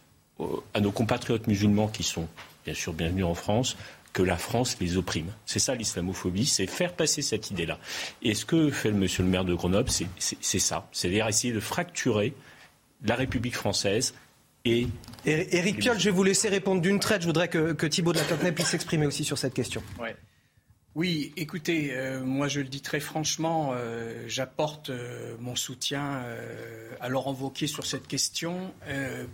à nos compatriotes musulmans qui sont bien sûr bienvenus en France que la France les opprime. C'est ça l'islamophobie, c'est faire passer cette idée-là. Et ce que fait monsieur le maire de Grenoble, c'est ça. C'est-à-dire essayer de fracturer la République française et... Éric Piolle, je vais vous laisser répondre d'une traite. Je voudrais que Thibault de la Tocnay puisse s'exprimer aussi sur cette question. Ouais. Oui, écoutez, moi je le dis très franchement, j'apporte mon soutien à Laurent Wauquiez sur cette question. Pourquoi ?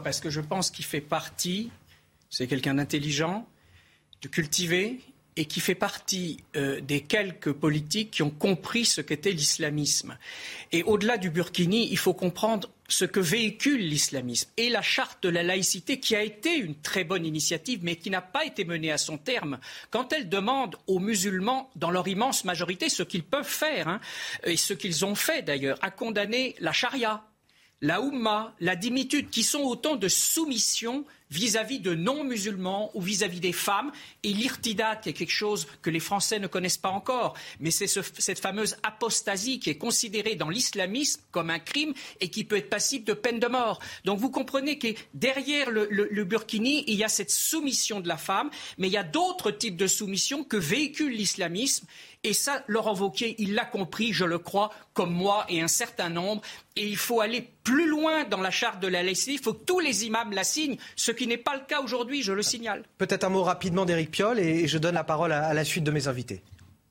Parce que je pense qu'il fait partie, c'est quelqu'un d'intelligent, de cultivé et qui fait partie des quelques politiques qui ont compris ce qu'était l'islamisme. Et au-delà du burkini, il faut comprendre ce que véhicule l'islamisme et la charte de la laïcité qui a été une très bonne initiative mais qui n'a pas été menée à son terme. Quand elle demande aux musulmans, dans leur immense majorité, ce qu'ils peuvent faire, et ce qu'ils ont fait d'ailleurs, à condamner la charia, la Oumma, la dhimitude, qui sont autant de soumissions vis-à-vis de non-musulmans ou vis-à-vis des femmes, et l'irtidat, qui est quelque chose que les Français ne connaissent pas encore. Mais c'est cette fameuse apostasie qui est considérée dans l'islamisme comme un crime et qui peut être passible de peine de mort. Donc vous comprenez que derrière le burkini, il y a cette soumission de la femme, mais il y a d'autres types de soumission que véhicule l'islamisme. Et ça, Laurent Wauquiez, il l'a compris, je le crois, comme moi et un certain nombre. Et il faut aller plus loin dans la charte de la laïcité. Il faut que tous les imams la signent, ce qui n'est pas le cas aujourd'hui, je le signale. Peut-être un mot rapidement d'Éric Piolle et je donne la parole à la suite de mes invités.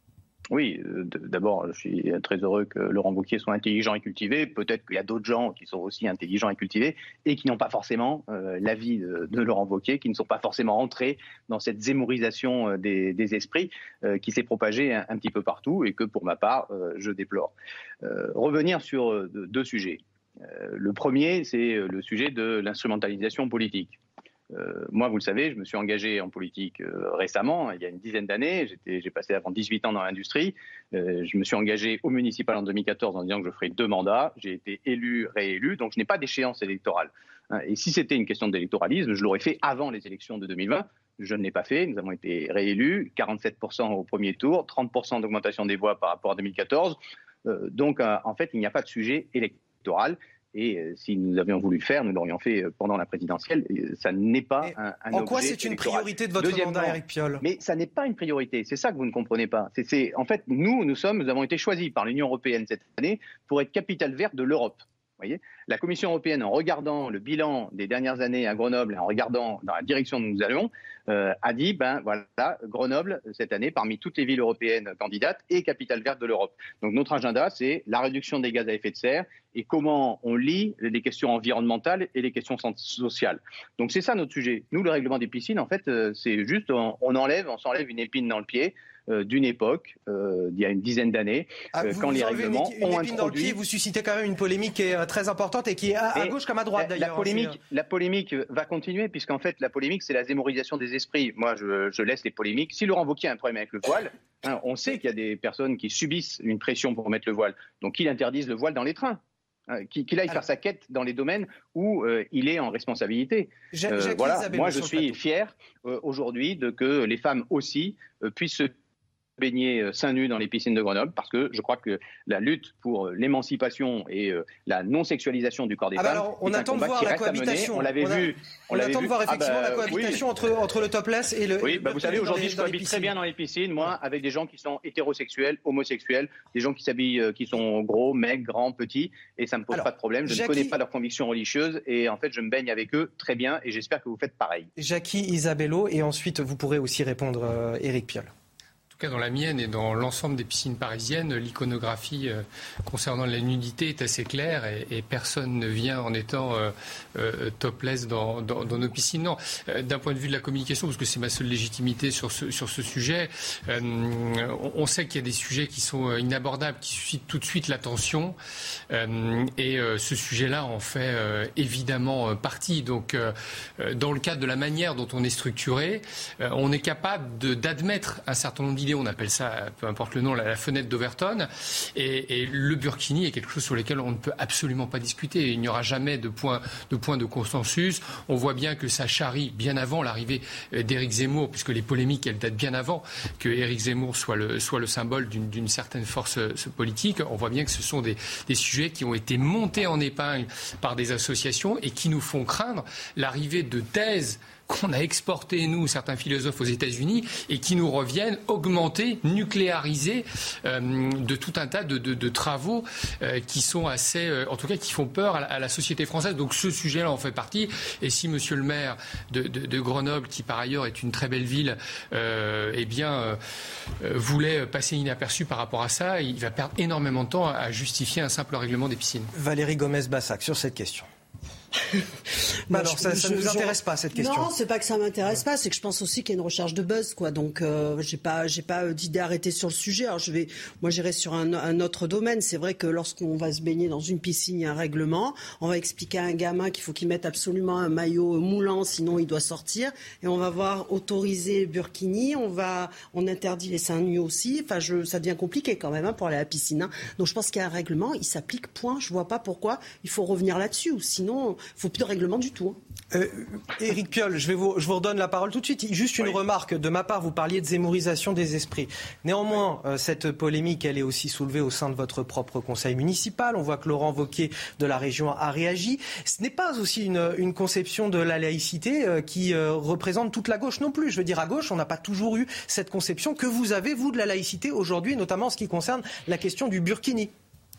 Oui, d'abord, je suis très heureux que Laurent Wauquiez soit intelligent et cultivé. Peut-être qu'il y a d'autres gens qui sont aussi intelligents et cultivés et qui n'ont pas forcément l'avis de Laurent Wauquiez, qui ne sont pas forcément entrés dans cette zémorisation des esprits qui s'est propagée un petit peu partout et que, pour ma part, je déplore. Revenir sur deux sujets. Le premier, c'est le sujet de l'instrumentalisation politique. Moi, vous le savez, je me suis engagé en politique récemment, il y a une dizaine d'années. J'ai passé avant 18 ans dans l'industrie. Je me suis engagé au municipal en 2014 en disant que je ferais 2 mandats. J'ai été élu, réélu, donc je n'ai pas d'échéance électorale. Et si c'était une question d'électoralisme, je l'aurais fait avant les élections de 2020. Je ne l'ai pas fait. Nous avons été réélus, 47% au premier tour, 30% d'augmentation des voix par rapport à 2014. Donc, en fait, il n'y a pas de sujet électoral. Et si nous avions voulu le faire, nous l'aurions fait pendant la présidentielle. Ça n'est pas un objet. En quoi c'est une priorité de votre mandat, Éric Piolle ? Mais ça n'est pas une priorité. C'est ça que vous ne comprenez pas. En fait, nous avons été choisis par l'Union européenne cette année pour être capitale verte de l'Europe. Voyez, la Commission européenne, en regardant le bilan des dernières années à Grenoble, en regardant dans la direction où nous allons, a dit, Grenoble, cette année, parmi toutes les villes européennes candidates, est capitale verte de l'Europe. Donc notre agenda, c'est la réduction des gaz à effet de serre et comment on lie les questions environnementales et les questions sociales. Donc c'est ça notre sujet. Nous, le règlement des piscines, en fait, c'est juste, on s'enlève une épine dans le pied d'une époque, il y a une dizaine d'années, quand les règlements ont introduit... Dans le pied, vous suscitez quand même une polémique qui est très importante et qui est à gauche comme à droite d'ailleurs. La polémique va continuer puisqu'en fait la polémique c'est la zémorisation des esprits. Moi je laisse les polémiques. Si Laurent Wauquiez a un problème avec le voile, on sait qu'il y a des personnes qui subissent une pression pour mettre le voile. Donc qu'il interdise le voile dans les trains. Qu'il aille faire sa quête dans les domaines où il est en responsabilité. Moi je suis fier aujourd'hui que les femmes aussi puissent se baigner seins nus dans les piscines de Grenoble parce que je crois que la lutte pour l'émancipation et la non-sexualisation du corps des femmes alors, on attend de voir la cohabitation. On l'avait vu. On attend de voir effectivement la cohabitation entre le topless et le... Oui, vous savez, aujourd'hui je cohabite très bien dans les piscines, moi, avec des gens qui sont hétérosexuels, homosexuels, des gens qui s'habillent, qui sont gros, maigres, grands, petits, et ça ne me pose pas de problème. Je ne connais pas leurs convictions religieuses et en fait je me baigne avec eux très bien et j'espère que vous faites pareil. Jackie Isabello, et ensuite vous pourrez aussi répondre Éric Piolle. En tout cas, dans la mienne et dans l'ensemble des piscines parisiennes, l'iconographie concernant la nudité est assez claire et personne ne vient en étant topless dans nos piscines. Non, d'un point de vue de la communication, parce que c'est ma seule légitimité sur ce sujet, on sait qu'il y a des sujets qui sont inabordables, qui suscitent tout de suite l'attention et ce sujet-là en fait évidemment partie. Donc, dans le cadre de la manière dont on est structuré, on est capable d'admettre un certain nombre d'idées filet, on appelle ça, peu importe le nom, la fenêtre d'Overton. Et le burkini est quelque chose sur lequel on ne peut absolument pas discuter. Il n'y aura jamais de point de consensus. On voit bien que ça charrie bien avant l'arrivée d'Éric Zemmour, puisque les polémiques, elles datent bien avant que Éric Zemmour soit le symbole d'une certaine force politique. On voit bien que ce sont des sujets qui ont été montés en épingle par des associations et qui nous font craindre l'arrivée de thèses qu'on a exportées, nous, certains philosophes, aux États-Unis, et qui nous reviennent augmentées, nucléarisées de tout un tas de travaux qui sont assez, en tout cas, qui font peur à la société française. Donc ce sujet-là en fait partie. Et si Monsieur le maire de Grenoble, qui par ailleurs est une très belle ville, voulait passer inaperçu par rapport à ça, il va perdre énormément de temps à justifier un simple règlement des piscines. Valérie Gomez-Bassac, sur cette question. Alors, ça ne vous intéresse pas, cette question? Non, c'est pas que ça m'intéresse pas, c'est que je pense aussi qu'il y a une recherche de buzz, quoi. Donc, j'ai pas d'idée arrêtée sur le sujet. Alors, j'irai sur un autre domaine. C'est vrai que lorsqu'on va se baigner dans une piscine, il y a un règlement. On va expliquer à un gamin qu'il faut qu'il mette absolument un maillot moulant, sinon il doit sortir. Et on va voir autoriser le burkini. On interdit les seins nus aussi. Enfin, ça devient compliqué quand même, pour aller à la piscine, hein. Donc, je pense qu'il y a un règlement. Il s'applique, point. Je vois pas pourquoi il faut revenir là-dessus. Ou sinon, il faut plus de règlement du tout. Éric Piolle, je vous redonne la parole tout de suite. Juste une remarque de ma part. Vous parliez de zémorisation des esprits. Néanmoins, cette polémique, elle est aussi soulevée au sein de votre propre conseil municipal. On voit que Laurent Wauquiez de la région a réagi. Ce n'est pas aussi une conception de la laïcité qui représente toute la gauche non plus. Je veux dire, à gauche, on n'a pas toujours eu cette conception que vous avez, vous, de la laïcité aujourd'hui, notamment en ce qui concerne la question du burkini.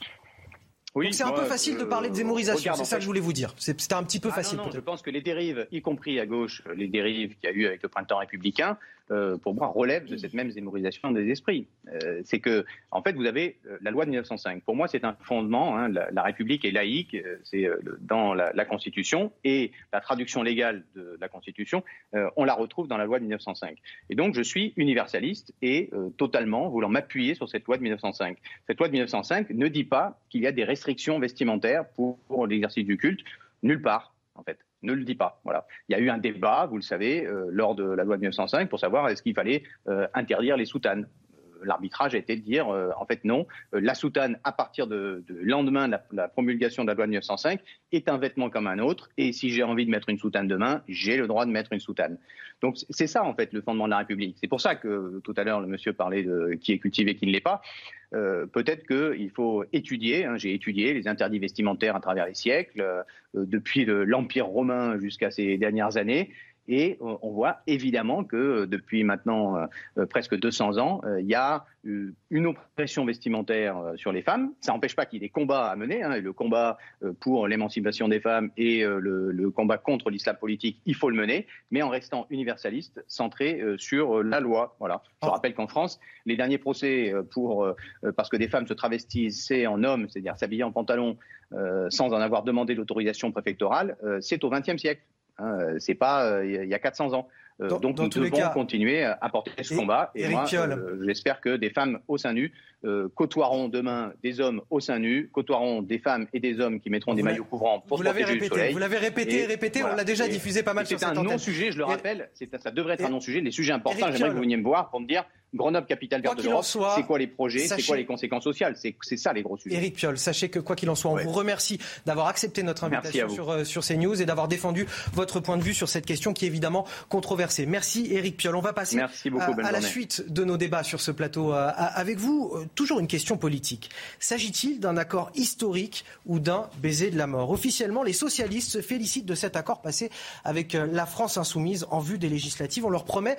Oui, donc c'est un peu facile de parler de zémorisation, c'est ça que je voulais vous dire. C'était un petit peu facile peut-être. Je pense que les dérives, y compris à gauche, les dérives qu'il y a eu avec le printemps républicain, pour moi, relèvent de cette même zémorisation des esprits. C'est que, en fait, vous avez la loi de 1905. Pour moi, c'est un fondement. Hein, la République est laïque, c'est dans la Constitution, et la traduction légale de la Constitution, on la retrouve dans la loi de 1905. Et donc, je suis universaliste et totalement voulant m'appuyer sur cette loi de 1905. Cette loi de 1905 ne dit pas qu'il y a des restrictions vestimentaires pour l'exercice du culte, nulle part, en fait. Ne le dit pas. Voilà. Il y a eu un débat, vous le savez, lors de la loi de 1905 pour savoir est-ce qu'il fallait interdire les soutanes. L'arbitrage a été de dire, en fait, non, la soutane, à partir de lendemain de la promulgation de la loi de 1905, est un vêtement comme un autre, et si j'ai envie de mettre une soutane demain, j'ai le droit de mettre une soutane. Donc c'est ça, en fait, le fondement de la République. C'est pour ça que, tout à l'heure, le monsieur parlait de qui est cultivé, qui ne l'est pas. Peut-être qu'il faut étudier, hein, j'ai étudié les interdits vestimentaires à travers les siècles, depuis l'Empire romain jusqu'à ces dernières années. Et on voit évidemment que depuis maintenant presque 200 ans, il y a une oppression vestimentaire sur les femmes. Ça n'empêche pas qu'il y ait des combats à mener. Hein, et le combat pour l'émancipation des femmes et le combat contre l'islam politique, il faut le mener, mais en restant universaliste, centré sur la loi. Voilà. Je rappelle qu'en France, les derniers procès parce que des femmes se travestissaient en hommes, c'est-à-dire s'habillaient en pantalon sans en avoir demandé l'autorisation préfectorale, c'est au XXe siècle. C'est pas il y a 400 ans. Donc nous devons continuer à porter ce combat. Et moi, j'espère que des femmes au sein nu côtoieront demain des hommes au sein nu, côtoieront des femmes et des hommes qui mettront des maillots couvrants pour se protéger du soleil. Vous l'avez répété, voilà. On l'a déjà diffusé pas mal sur cette antenne. C'est un non-sujet, je le rappelle, ça devrait être un non-sujet. Les sujets importants, j'aimerais que vous veniez me voir pour me dire Grenoble, capitale verte de l'Europe, c'est quoi les projets, c'est quoi les conséquences sociales, c'est ça les gros sujets. Éric Piolle, sachez que quoi qu'il en soit, on vous remercie d'avoir accepté notre invitation sur CNews et d'avoir défendu votre point de vue sur cette question qui est évidemment controversée. Merci Éric Piolle. On va passer à la suite de nos débats sur ce plateau avec vous. Toujours une question politique. S'agit-il d'un accord historique ou d'un baiser de la mort ? Officiellement, les socialistes se félicitent de cet accord passé avec la France insoumise en vue des législatives. On leur promet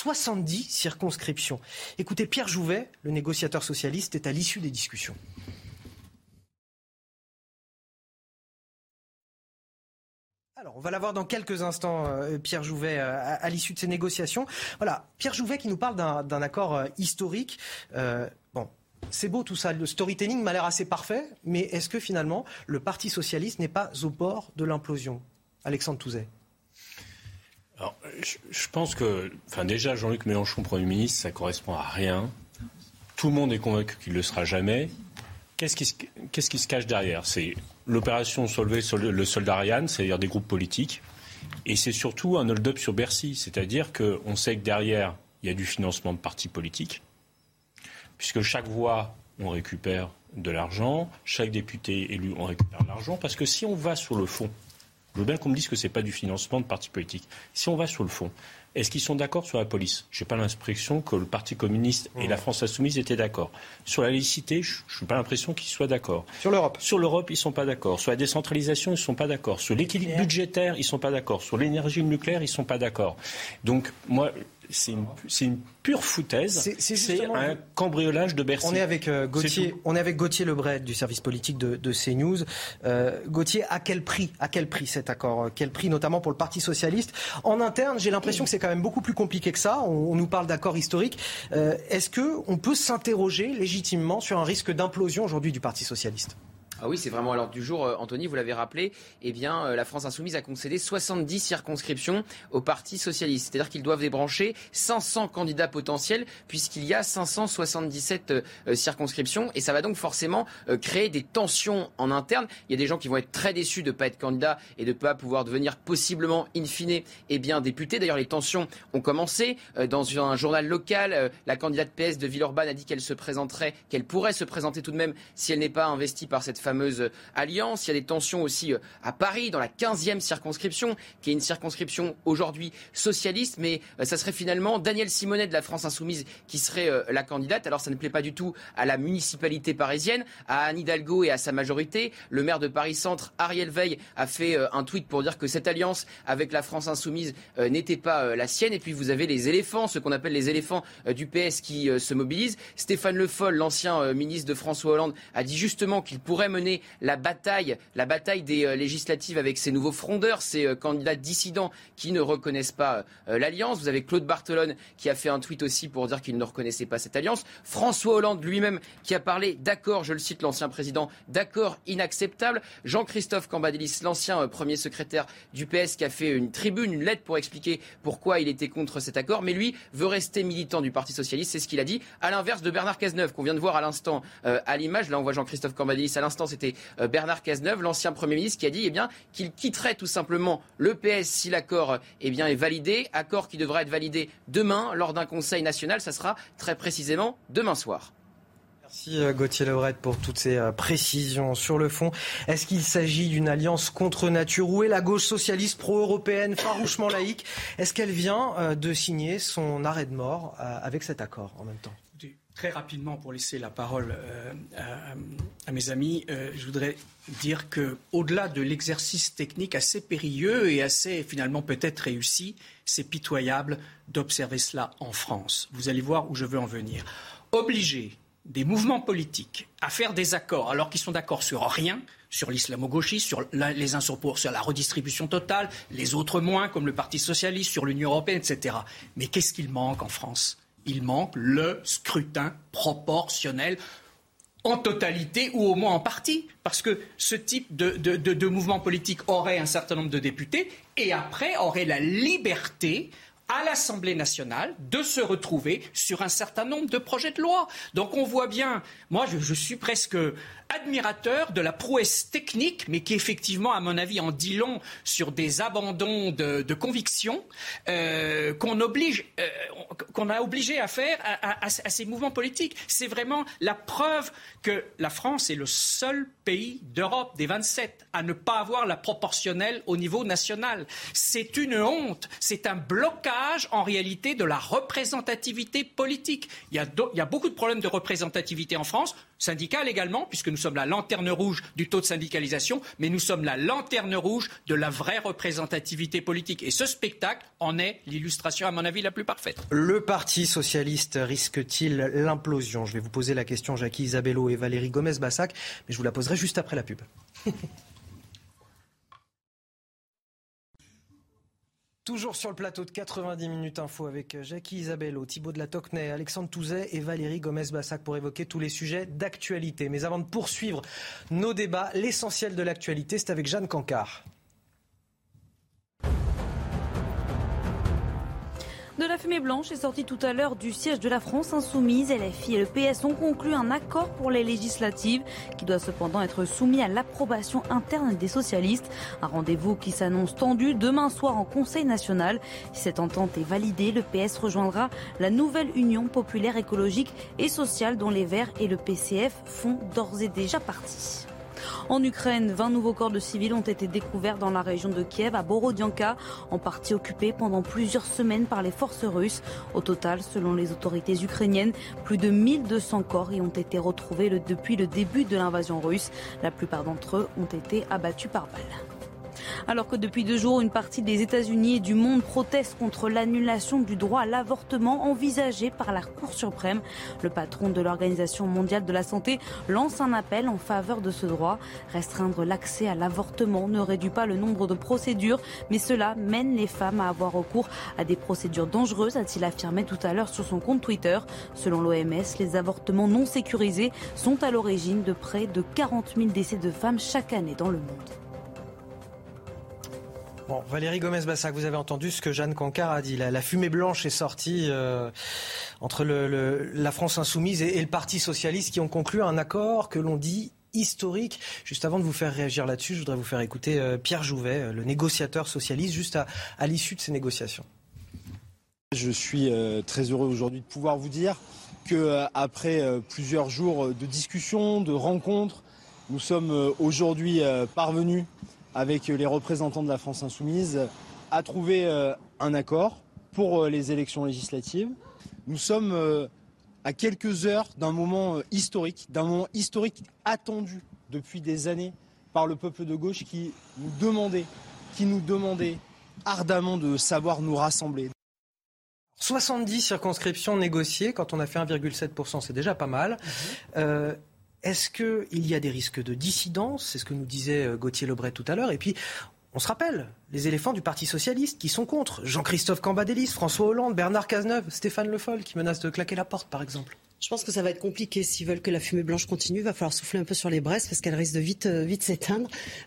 70 circonscriptions. Écoutez, Pierre Jouvet, le négociateur socialiste, est à l'issue des discussions. Alors, on va l'avoir dans quelques instants, Pierre Jouvet, à l'issue de ces négociations. Voilà, Pierre Jouvet qui nous parle d'un accord historique. Bon, c'est beau tout ça, le storytelling m'a l'air assez parfait, mais est-ce que finalement, le Parti socialiste n'est pas au bord de l'implosion ? Alexandre Touzet. Alors, je pense que, déjà, Jean-Luc Mélenchon, Premier ministre, ça ne correspond à rien. Tout le monde est convaincu qu'il ne le sera jamais. Qu'est-ce qui se cache derrière ? C'est l'opération Solvay, le soldat Ariane, c'est-à-dire des groupes politiques. Et c'est surtout un hold-up sur Bercy. C'est-à-dire qu'on sait que derrière, il y a du financement de partis politiques. puisque chaque voix, on récupère de l'argent, chaque député élu, on récupère de l'argent, parce que si on va sur le fond, je veux bien qu'on me dise que ce n'est pas du financement de partis politiques. Si on va sur le fond, est-ce qu'ils sont d'accord sur la police ? Je n'ai pas l'impression que le Parti communiste et la France insoumise étaient d'accord. Sur la laïcité, je n'ai pas l'impression qu'ils soient d'accord. Sur l'Europe ? Sur l'Europe, ils ne sont pas d'accord. Sur la décentralisation, ils ne sont pas d'accord. Sur l'équilibre budgétaire, ils ne sont pas d'accord. Sur l'énergie et le nucléaire, ils ne sont pas d'accord. Donc, moi, c'est une pure foutaise. C'est un cambriolage de Bercy. On est avec Gauthier Lebret du service politique de CNews. Gauthier, à quel prix cet accord ? Quel prix notamment pour le Parti socialiste ? En interne, j'ai l'impression que c'est quand même beaucoup plus compliqué que ça. On nous parle d'accord historique. Est-ce qu'on peut s'interroger légitimement sur un risque d'implosion aujourd'hui du Parti socialiste ? Ah oui, c'est vraiment à l'ordre du jour. Anthony, vous l'avez rappelé, la France insoumise a concédé 70 circonscriptions au Parti socialiste. C'est-à-dire qu'ils doivent débrancher 500 candidats potentiels puisqu'il y a 577 circonscriptions. Et ça va donc forcément créer des tensions en interne. Il y a des gens qui vont être très déçus de ne pas être candidats et de ne pas pouvoir devenir possiblement, in fine, députés. D'ailleurs, les tensions ont commencé. Dans un journal local, la candidate PS de Villeurbanne a dit qu'elle pourrait se présenter tout de même si elle n'est pas investie par cette fameuse alliance. Il y a des tensions aussi à Paris, dans la 15e circonscription, qui est une circonscription aujourd'hui socialiste, mais ça serait finalement Danielle Simonet de la France Insoumise qui serait la candidate. Alors ça ne plaît pas du tout à la municipalité parisienne, à Anne Hidalgo et à sa majorité. Le maire de Paris-Centre, Ariel Veil, a fait un tweet pour dire que cette alliance avec la France Insoumise n'était pas la sienne. Et puis vous avez les éléphants, ce qu'on appelle les éléphants du PS qui se mobilisent. Stéphane Le Foll, l'ancien ministre de François Hollande, a dit justement qu'il pourrait mener la bataille des législatives avec ces nouveaux frondeurs, ces candidats dissidents qui ne reconnaissent pas l'alliance. Vous avez Claude Barthelone qui a fait un tweet aussi pour dire qu'il ne reconnaissait pas cette alliance. François Hollande lui-même qui a parlé d'accord, je le cite, l'ancien président, d'accord inacceptable. Jean-Christophe Cambadélis, l'ancien premier secrétaire du PS, qui a fait une tribune, une lettre pour expliquer pourquoi il était contre cet accord, mais lui veut rester militant du Parti socialiste, c'est ce qu'il a dit, à l'inverse de Bernard Cazeneuve qu'on vient de voir à l'instant à l'image. Là on voit Jean-Christophe Cambadélis, à l'instant c'était Bernard Cazeneuve, l'ancien Premier ministre, qui a dit qu'il quitterait tout simplement le PS si l'accord est validé. Accord qui devra être validé demain lors d'un conseil national. Ça sera très précisément demain soir. Merci Gauthier Lebret pour toutes ces précisions sur le fond. Est-ce qu'il s'agit d'une alliance contre nature ? Où est la gauche socialiste pro-européenne, farouchement laïque ? Est-ce qu'elle vient de signer son arrêt de mort avec cet accord en même temps ? Très rapidement, pour laisser la parole à mes amis, je voudrais dire qu'au-delà de l'exercice technique assez périlleux et assez finalement peut-être réussi, c'est pitoyable d'observer cela en France. Vous allez voir où je veux en venir. Obliger des mouvements politiques à faire des accords alors qu'ils sont d'accord sur rien, sur l'islamo-gauchisme, les uns sur la redistribution totale, les autres moins, comme le Parti socialiste, sur l'Union européenne, etc. Mais qu'est-ce qu'il manque en France ? Il manque le scrutin proportionnel en totalité ou au moins en partie. Parce que ce type de mouvement politique aurait un certain nombre de députés et après aurait la liberté à l'Assemblée nationale de se retrouver sur un certain nombre de projets de loi. Donc on voit bien, moi je suis presque admirateur de la prouesse technique, mais qui effectivement, à mon avis, en dit long sur des abandons de convictions qu'on a obligé à faire à ces mouvements politiques. C'est vraiment la preuve que la France est le seul pays d'Europe des 27 à ne pas avoir la proportionnelle au niveau national. C'est une honte, c'est un blocage en réalité de la représentativité politique. Il y a beaucoup de problèmes de représentativité en France, syndicale également, puisque nous sommes la lanterne rouge du taux de syndicalisation, mais nous sommes la lanterne rouge de la vraie représentativité politique. Et ce spectacle en est l'illustration, à mon avis, la plus parfaite. Le Parti socialiste risque-t-il l'implosion ? Je vais vous poser la question, Jacky Isabello et Valérie Gomez-Bassac, mais je vous la poserai juste après la pub. Toujours sur le plateau de 90 minutes info avec Jacky Isabello, Thibaut de la Tocnay, Alexandre Touzet et Valérie Gomez-Bassac pour évoquer tous les sujets d'actualité. Mais avant de poursuivre nos débats, l'essentiel de l'actualité, c'est avec Jeanne Cancard. De la fumée blanche est sortie tout à l'heure du siège de la France Insoumise. LFI et le PS ont conclu un accord pour les législatives qui doit cependant être soumis à l'approbation interne des socialistes. Un rendez-vous qui s'annonce tendu demain soir en Conseil national. Si cette entente est validée, le PS rejoindra la nouvelle Union populaire écologique et sociale dont les Verts et le PCF font d'ores et déjà partie. En Ukraine, 20 nouveaux corps de civils ont été découverts dans la région de Kiev, à Borodianka, en partie occupée pendant plusieurs semaines par les forces russes. Au total, selon les autorités ukrainiennes, plus de 1200 corps y ont été retrouvés depuis le début de l'invasion russe. La plupart d'entre eux ont été abattus par balles. Alors que depuis 2 jours, une partie des États-Unis et du monde proteste contre l'annulation du droit à l'avortement envisagé par la Cour suprême, le patron de l'Organisation mondiale de la santé lance un appel en faveur de ce droit. Restreindre l'accès à l'avortement ne réduit pas le nombre de procédures, mais cela mène les femmes à avoir recours à des procédures dangereuses, a-t-il affirmé tout à l'heure sur son compte Twitter. Selon l'OMS, les avortements non sécurisés sont à l'origine de près de 40 000 décès de femmes chaque année dans le monde. Bon, Valérie Gomez-Bassac, vous avez entendu ce que Jeanne Cancard a dit. La fumée blanche est sortie entre la France Insoumise et le Parti Socialiste qui ont conclu un accord que l'on dit historique. Juste avant de vous faire réagir là-dessus, je voudrais vous faire écouter Pierre Jouvet, le négociateur socialiste, juste à l'issue de ces négociations. Je suis très heureux aujourd'hui de pouvoir vous dire qu'après plusieurs jours de discussions, de rencontres, nous sommes aujourd'hui parvenus avec les représentants de la France Insoumise, à trouver un accord pour les élections législatives. Nous sommes à quelques heures d'un moment historique attendu depuis des années par le peuple de gauche qui nous demandait ardemment de savoir nous rassembler. 70 circonscriptions négociées, quand on a fait 1,7%, c'est déjà pas mal. Est-ce qu'il y a des risques de dissidence ? C'est ce que nous disait Gauthier Lebret tout à l'heure. Et puis, on se rappelle, les éléphants du Parti Socialiste qui sont contre. Jean-Christophe Cambadélis, François Hollande, Bernard Cazeneuve, Stéphane Le Foll qui menacent de claquer la porte, par exemple. Je pense que ça va être compliqué. S'ils veulent que la fumée blanche continue, il va falloir souffler un peu sur les braises parce qu'elle risque de vite s'éteindre.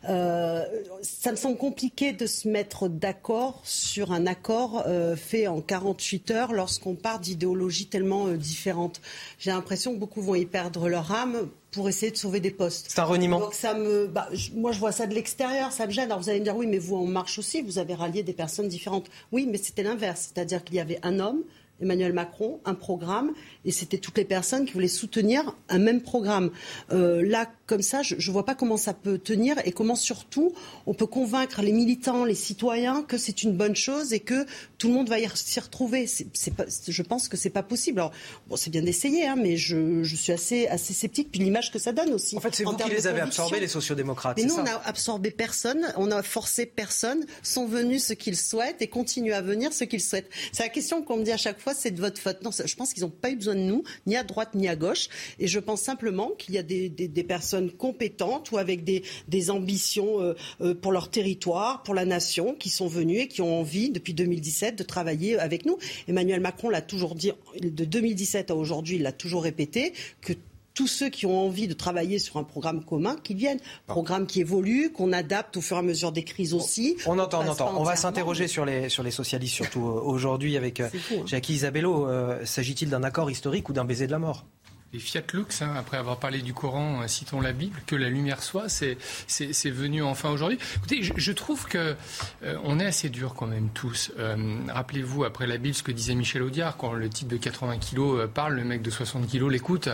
Ça me semble compliqué de se mettre d'accord sur un accord fait en 48 heures lorsqu'on part d'idéologies tellement différentes. J'ai l'impression que beaucoup vont y perdre leur âme pour essayer de sauver des postes. C'est un reniement. Donc moi je vois ça de l'extérieur, ça me gêne. Alors vous allez me dire oui, mais vous en marche aussi, vous avez rallié des personnes différentes. Oui, mais c'était l'inverse, c'est-à-dire qu'il y avait un homme, Emmanuel Macron, un programme, et c'était toutes les personnes qui voulaient soutenir un même programme. Là, comme ça, je ne vois pas comment ça peut tenir et comment surtout on peut convaincre les militants, les citoyens que c'est une bonne chose et que tout le monde va s'y retrouver. Je pense que c'est pas possible. Alors, bon, c'est bien d'essayer, hein, mais je suis assez sceptique. Puis l'image que ça donne aussi. En fait, c'est vous qui les avez absorbés, les sociodémocrates. Mais nous, on n'a absorbé personne, on n'a forcé personne. Sont venus ceux qu'ils souhaitent et continuent à venir ceux qu'ils souhaitent. C'est la question qu'on me dit à chaque fois, c'est de votre faute. Non, je pense qu'ils n'ont pas eu besoin de nous, ni à droite ni à gauche. Et je pense simplement qu'il y a des personnes compétentes ou avec des ambitions pour leur territoire, pour la nation, qui sont venues et qui ont envie, depuis 2017, de travailler avec nous. Emmanuel Macron l'a toujours dit, de 2017 à aujourd'hui, il l'a toujours répété, que tous ceux qui ont envie de travailler sur un programme commun, qu'ils viennent. Programme qui évolue, qu'on adapte au fur et à mesure des crises aussi. On entend. On va s'interroger sur les socialistes, surtout aujourd'hui, avec Jackie Isabello. S'agit-il d'un accord historique ou d'un baiser de la mort ? Les Fiat Lux, après avoir parlé du Coran, citons la Bible, que la lumière soit, c'est venu enfin aujourd'hui. Écoutez, je trouve que on est assez dur quand même tous. Rappelez-vous, après la Bible, ce que disait Michel Audiard, quand le type de 80 kilos parle, le mec de 60 kilos l'écoute.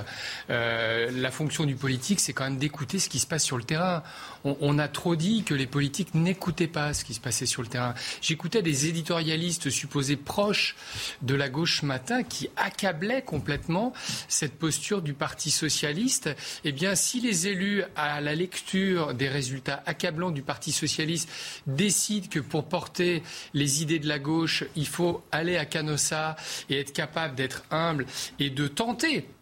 La fonction du politique, c'est quand même d'écouter ce qui se passe sur le terrain. On a trop dit que les politiques n'écoutaient pas ce qui se passait sur le terrain. J'écoutais des éditorialistes supposés proches de la gauche ce matin qui accablaient complètement cette posture du Parti socialiste. Eh bien, si les élus, à la lecture des résultats accablants du Parti socialiste, décident que pour porter les idées de la gauche, il faut aller à Canossa et être capable d'être humble et de tenter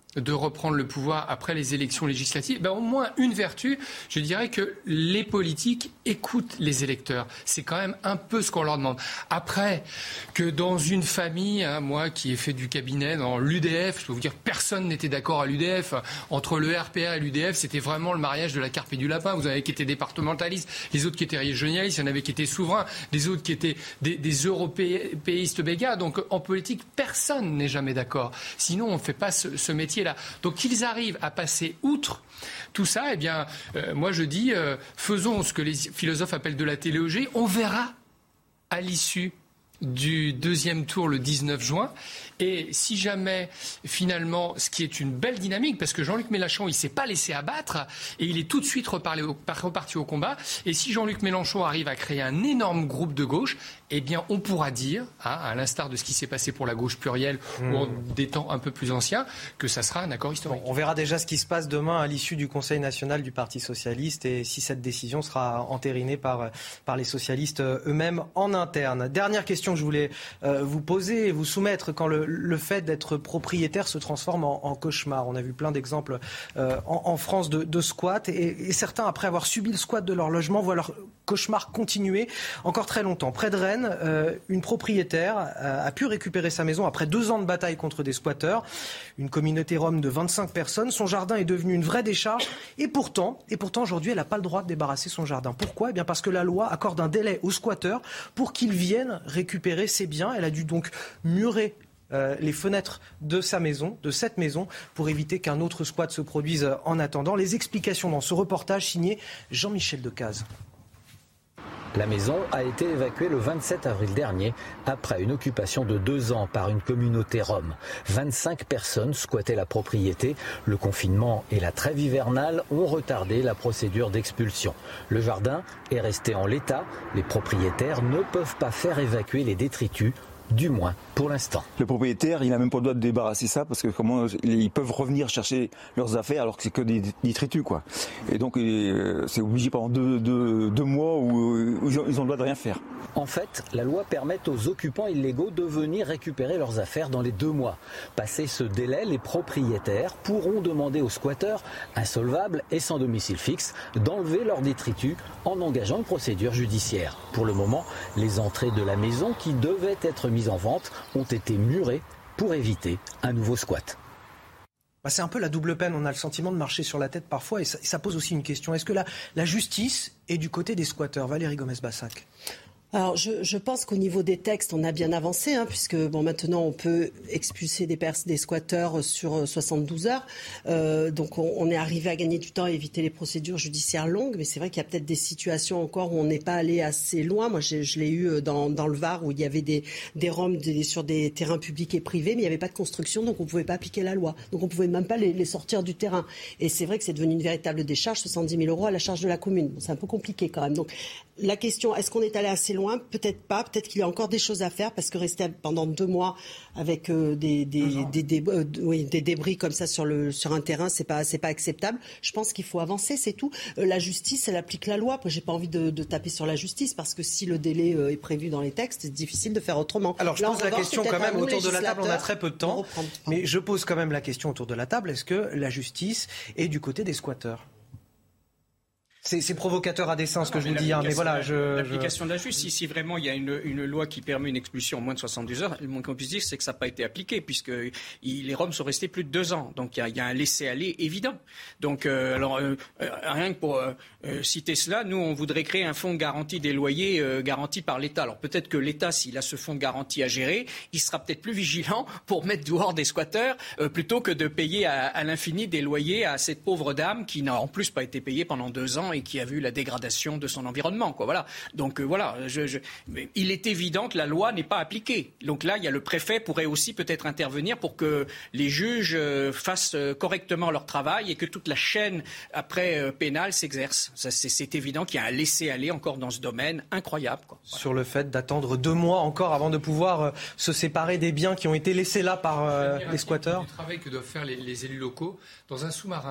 de reprendre le pouvoir après les élections législatives, au moins une vertu, je dirais que les politiques écoutent les électeurs. C'est quand même un peu ce qu'on leur demande. Après, que dans une famille, moi qui ai fait du cabinet dans l'UDF, je peux vous dire personne n'était d'accord à l'UDF. Entre le RPR et l'UDF, c'était vraiment le mariage de la carpe et du lapin. Vous en avez qui étaient départementalistes, les autres qui étaient régionalistes, il y en avait qui étaient souverains, des autres qui étaient des européistes bégas. Donc en politique, personne n'est jamais d'accord. Sinon, on ne fait pas ce métier là. Donc qu'ils arrivent à passer outre tout ça, moi je dis, faisons ce que les philosophes appellent de la téléologie. On verra à l'issue du deuxième tour le 19 juin. Et si jamais, finalement, ce qui est une belle dynamique, parce que Jean-Luc Mélenchon, il ne s'est pas laissé abattre et il est tout de suite reparti au combat. Et si Jean-Luc Mélenchon arrive à créer un énorme groupe de gauche, on pourra dire, à l'instar de ce qui s'est passé pour la gauche plurielle ou en des temps un peu plus anciens, que ça sera un accord historique. On verra déjà ce qui se passe demain à l'issue du Conseil national du Parti socialiste et si cette décision sera entérinée par les socialistes eux-mêmes en interne. Dernière question que je voulais vous poser et vous soumettre quand le fait d'être propriétaire se transforme en cauchemar. On a vu plein d'exemples en France de squats et certains, après avoir subi le squat de leur logement, voient leur cauchemar continuer encore très longtemps. Près de Rennes, une propriétaire a pu récupérer sa maison après 2 ans de bataille contre des squatteurs. Une communauté rome de 25 personnes. Son jardin est devenu une vraie décharge et pourtant aujourd'hui, elle n'a pas le droit de débarrasser son jardin. Pourquoi ? Parce que la loi accorde un délai aux squatteurs pour qu'ils viennent récupérer ses biens. Elle a dû donc murer les fenêtres de sa maison, de cette maison, pour éviter qu'un autre squat se produise en attendant. Les explications dans ce reportage signé Jean-Michel Decaze. La maison a été évacuée le 27 avril dernier après une occupation de 2 ans par une communauté rome. 25 personnes squattaient la propriété. Le confinement et la trêve hivernale ont retardé la procédure d'expulsion. Le jardin est resté en l'état. Les propriétaires ne peuvent pas faire évacuer les détritus, du moins pour l'instant. Le propriétaire, il n'a même pas le droit de débarrasser ça parce que comment ils peuvent revenir chercher leurs affaires alors que c'est que des détritus, quoi. Et donc c'est obligé pendant deux mois où ils ont le droit de rien faire. En fait, la loi permet aux occupants illégaux de venir récupérer leurs affaires dans les 2 mois. Passé ce délai, les propriétaires pourront demander aux squatteurs insolvables et sans domicile fixe d'enlever leurs détritus en engageant une procédure judiciaire. Pour le moment, les entrées de la maison qui devaient être mises en vente ont été murées pour éviter un nouveau squat. C'est un peu la double peine, on a le sentiment de marcher sur la tête parfois et ça pose aussi une question. Est-ce que la justice est du côté des squatteurs ? Valérie Gomez-Bassac. Alors, je pense qu'au niveau des textes, on a bien avancé, puisque maintenant on peut expulser des squatteurs sur 72 heures. Donc, on est arrivé à gagner du temps et éviter les procédures judiciaires longues. Mais c'est vrai qu'il y a peut-être des situations encore où on n'est pas allé assez loin. Moi, je l'ai eu dans le Var où il y avait des Roms sur des terrains publics et privés, mais il n'y avait pas de construction, donc on ne pouvait pas appliquer la loi. Donc, on ne pouvait même pas les sortir du terrain. Et c'est vrai que c'est devenu une véritable décharge, 70 000 € à la charge de la commune. Bon, c'est un peu compliqué quand même. Donc, la question, est-ce qu'on est allé assez loin ? Peut-être pas. Peut-être qu'il y a encore des choses à faire parce que rester pendant 2 mois avec des débris comme ça sur un terrain, c'est pas acceptable. Je pense qu'il faut avancer, c'est tout. La justice, elle applique la loi. Après, j'ai pas envie de taper sur la justice parce que si le délai est prévu dans les textes, c'est difficile de faire autrement. Alors, je pose la question quand même autour de la table. On a très peu de temps, mais je pose quand même la question autour de la table. Est-ce que la justice est du côté des squatteurs ? C'est provocateur à dessein ce que je vous dis, mais voilà. L'application de la justice, si vraiment il y a une loi qui permet une expulsion en moins de 72 heures, le moins qu'on puisse dire, c'est que ça n'a pas été appliqué, puisque les Roms sont restés plus de 2 ans. Donc il y a un laisser-aller évident. Donc, rien que pour citer cela, nous, on voudrait créer un fonds de garantie des loyers garanti par l'État. Alors peut-être que l'État, s'il a ce fonds de garantie à gérer, il sera peut-être plus vigilant pour mettre dehors des squatteurs, plutôt que de payer à l'infini des loyers à cette pauvre dame qui n'a en plus pas été payée pendant 2 ans et qui a vu la dégradation de son environnement, quoi. Voilà. Donc il est évident que la loi n'est pas appliquée. Donc là, il y a le préfet pourrait aussi peut-être intervenir pour que les juges fassent correctement leur travail et que toute la chaîne après pénale s'exerce. C'est évident qu'il y a un laisser-aller encore dans ce domaine incroyable, quoi. Voilà. Sur le fait d'attendre 2 mois encore avant de pouvoir se séparer des biens qui ont été laissés là par les squatteurs. Le travail que doivent faire les élus locaux dans un sous-marin.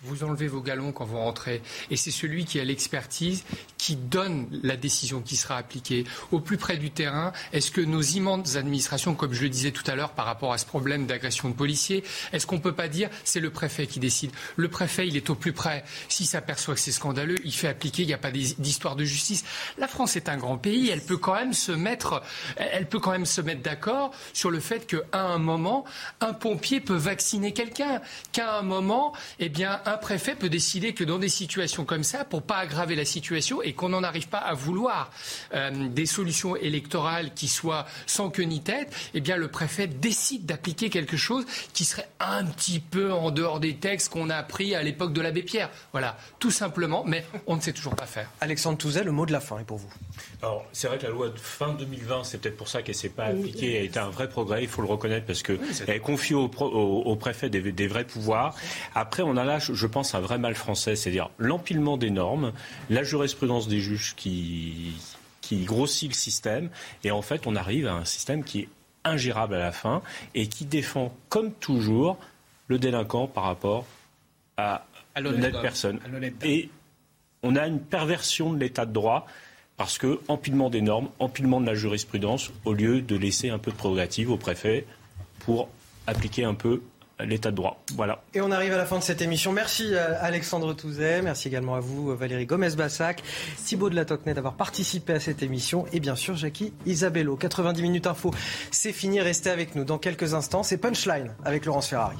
vous enlevez vos galons quand vous rentrez. Et c'est celui qui a l'expertise qui donne la décision qui sera appliquée. Au plus près du terrain, est-ce que nos immenses administrations, comme je le disais tout à l'heure par rapport à ce problème d'agression de policiers, est-ce qu'on ne peut pas dire c'est le préfet qui décide? Le préfet, il est au plus près. S'il s'aperçoit que c'est scandaleux, il fait appliquer, il n'y a pas d'histoire de justice. La France est un grand pays, elle peut quand même se mettre d'accord sur le fait qu'à un moment, un pompier peut vacciner quelqu'un, qu'à un moment, eh bien, un préfet peut décider que dans des situations comme ça, pour pas aggraver la situation et qu'on n'en arrive pas à vouloir des solutions électorales qui soient sans queue ni tête, eh bien le préfet décide d'appliquer quelque chose qui serait un petit peu en dehors des textes qu'on a appris à l'époque de l'abbé Pierre. Voilà, tout simplement, mais on ne sait toujours pas faire. Alexandre Touzet, le mot de la fin est pour vous. Alors, c'est vrai que la loi de fin 2020, c'est peut-être pour ça qu'elle ne s'est pas appliquée, a été un vrai progrès, il faut le reconnaître, parce qu'elle confie au préfet des vrais pouvoirs. Après, on a là, je pense, un vrai mal français, c'est-à-dire l'empilement des normes, la jurisprudence des juges qui grossit le système, et en fait, on arrive à un système qui est ingérable à la fin et qui défend, comme toujours, le délinquant par rapport à l'honnête personne. Et on a une perversion de l'état de droit parce que empilement des normes, empilement de la jurisprudence, au lieu de laisser un peu de prérogative au préfet pour appliquer un peu l'état de droit. Voilà. Et on arrive à la fin de cette émission. Merci Alexandre Touzet, merci également à vous Valérie Gomez-Bassac, Thibaut de la Tocnay d'avoir participé à cette émission et bien sûr Jackie Isabello. 90 minutes info, c'est fini, restez avec nous dans quelques instants. C'est Punchline avec Laurence Ferrari.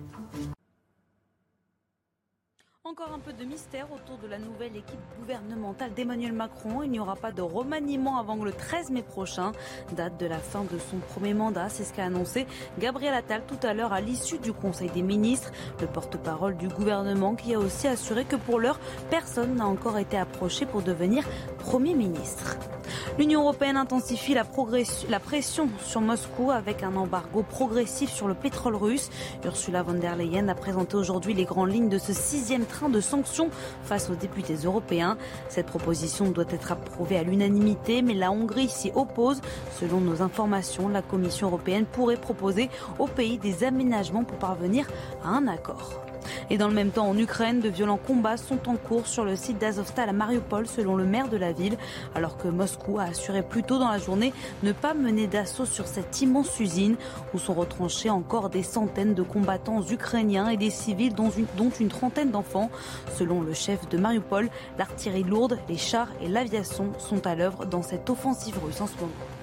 Encore un peu de mystère autour de la nouvelle équipe gouvernementale d'Emmanuel Macron. Il n'y aura pas de remaniement avant le 13 mai prochain, date de la fin de son premier mandat. C'est ce qu'a annoncé Gabriel Attal tout à l'heure à l'issue du Conseil des ministres. Le porte-parole du gouvernement qui a aussi assuré que pour l'heure, personne n'a encore été approché pour devenir Premier ministre. L'Union européenne intensifie la pression sur Moscou avec un embargo progressif sur le pétrole russe. Ursula von der Leyen a présenté aujourd'hui les grandes lignes de ce 6e train de sanctions face aux députés européens. Cette proposition doit être approuvée à l'unanimité, mais la Hongrie s'y oppose. Selon nos informations, la Commission européenne pourrait proposer au pays des aménagements pour parvenir à un accord. Et dans le même temps, en Ukraine, de violents combats sont en cours sur le site d'Azovstal à Mariupol, selon le maire de la ville, alors que Moscou a assuré plus tôt dans la journée ne pas mener d'assaut sur cette immense usine où sont retranchés encore des centaines de combattants ukrainiens et des civils, dont une trentaine d'enfants. Selon le chef de Mariupol, l'artillerie lourde, les chars et l'aviation sont à l'œuvre dans cette offensive russe en ce moment.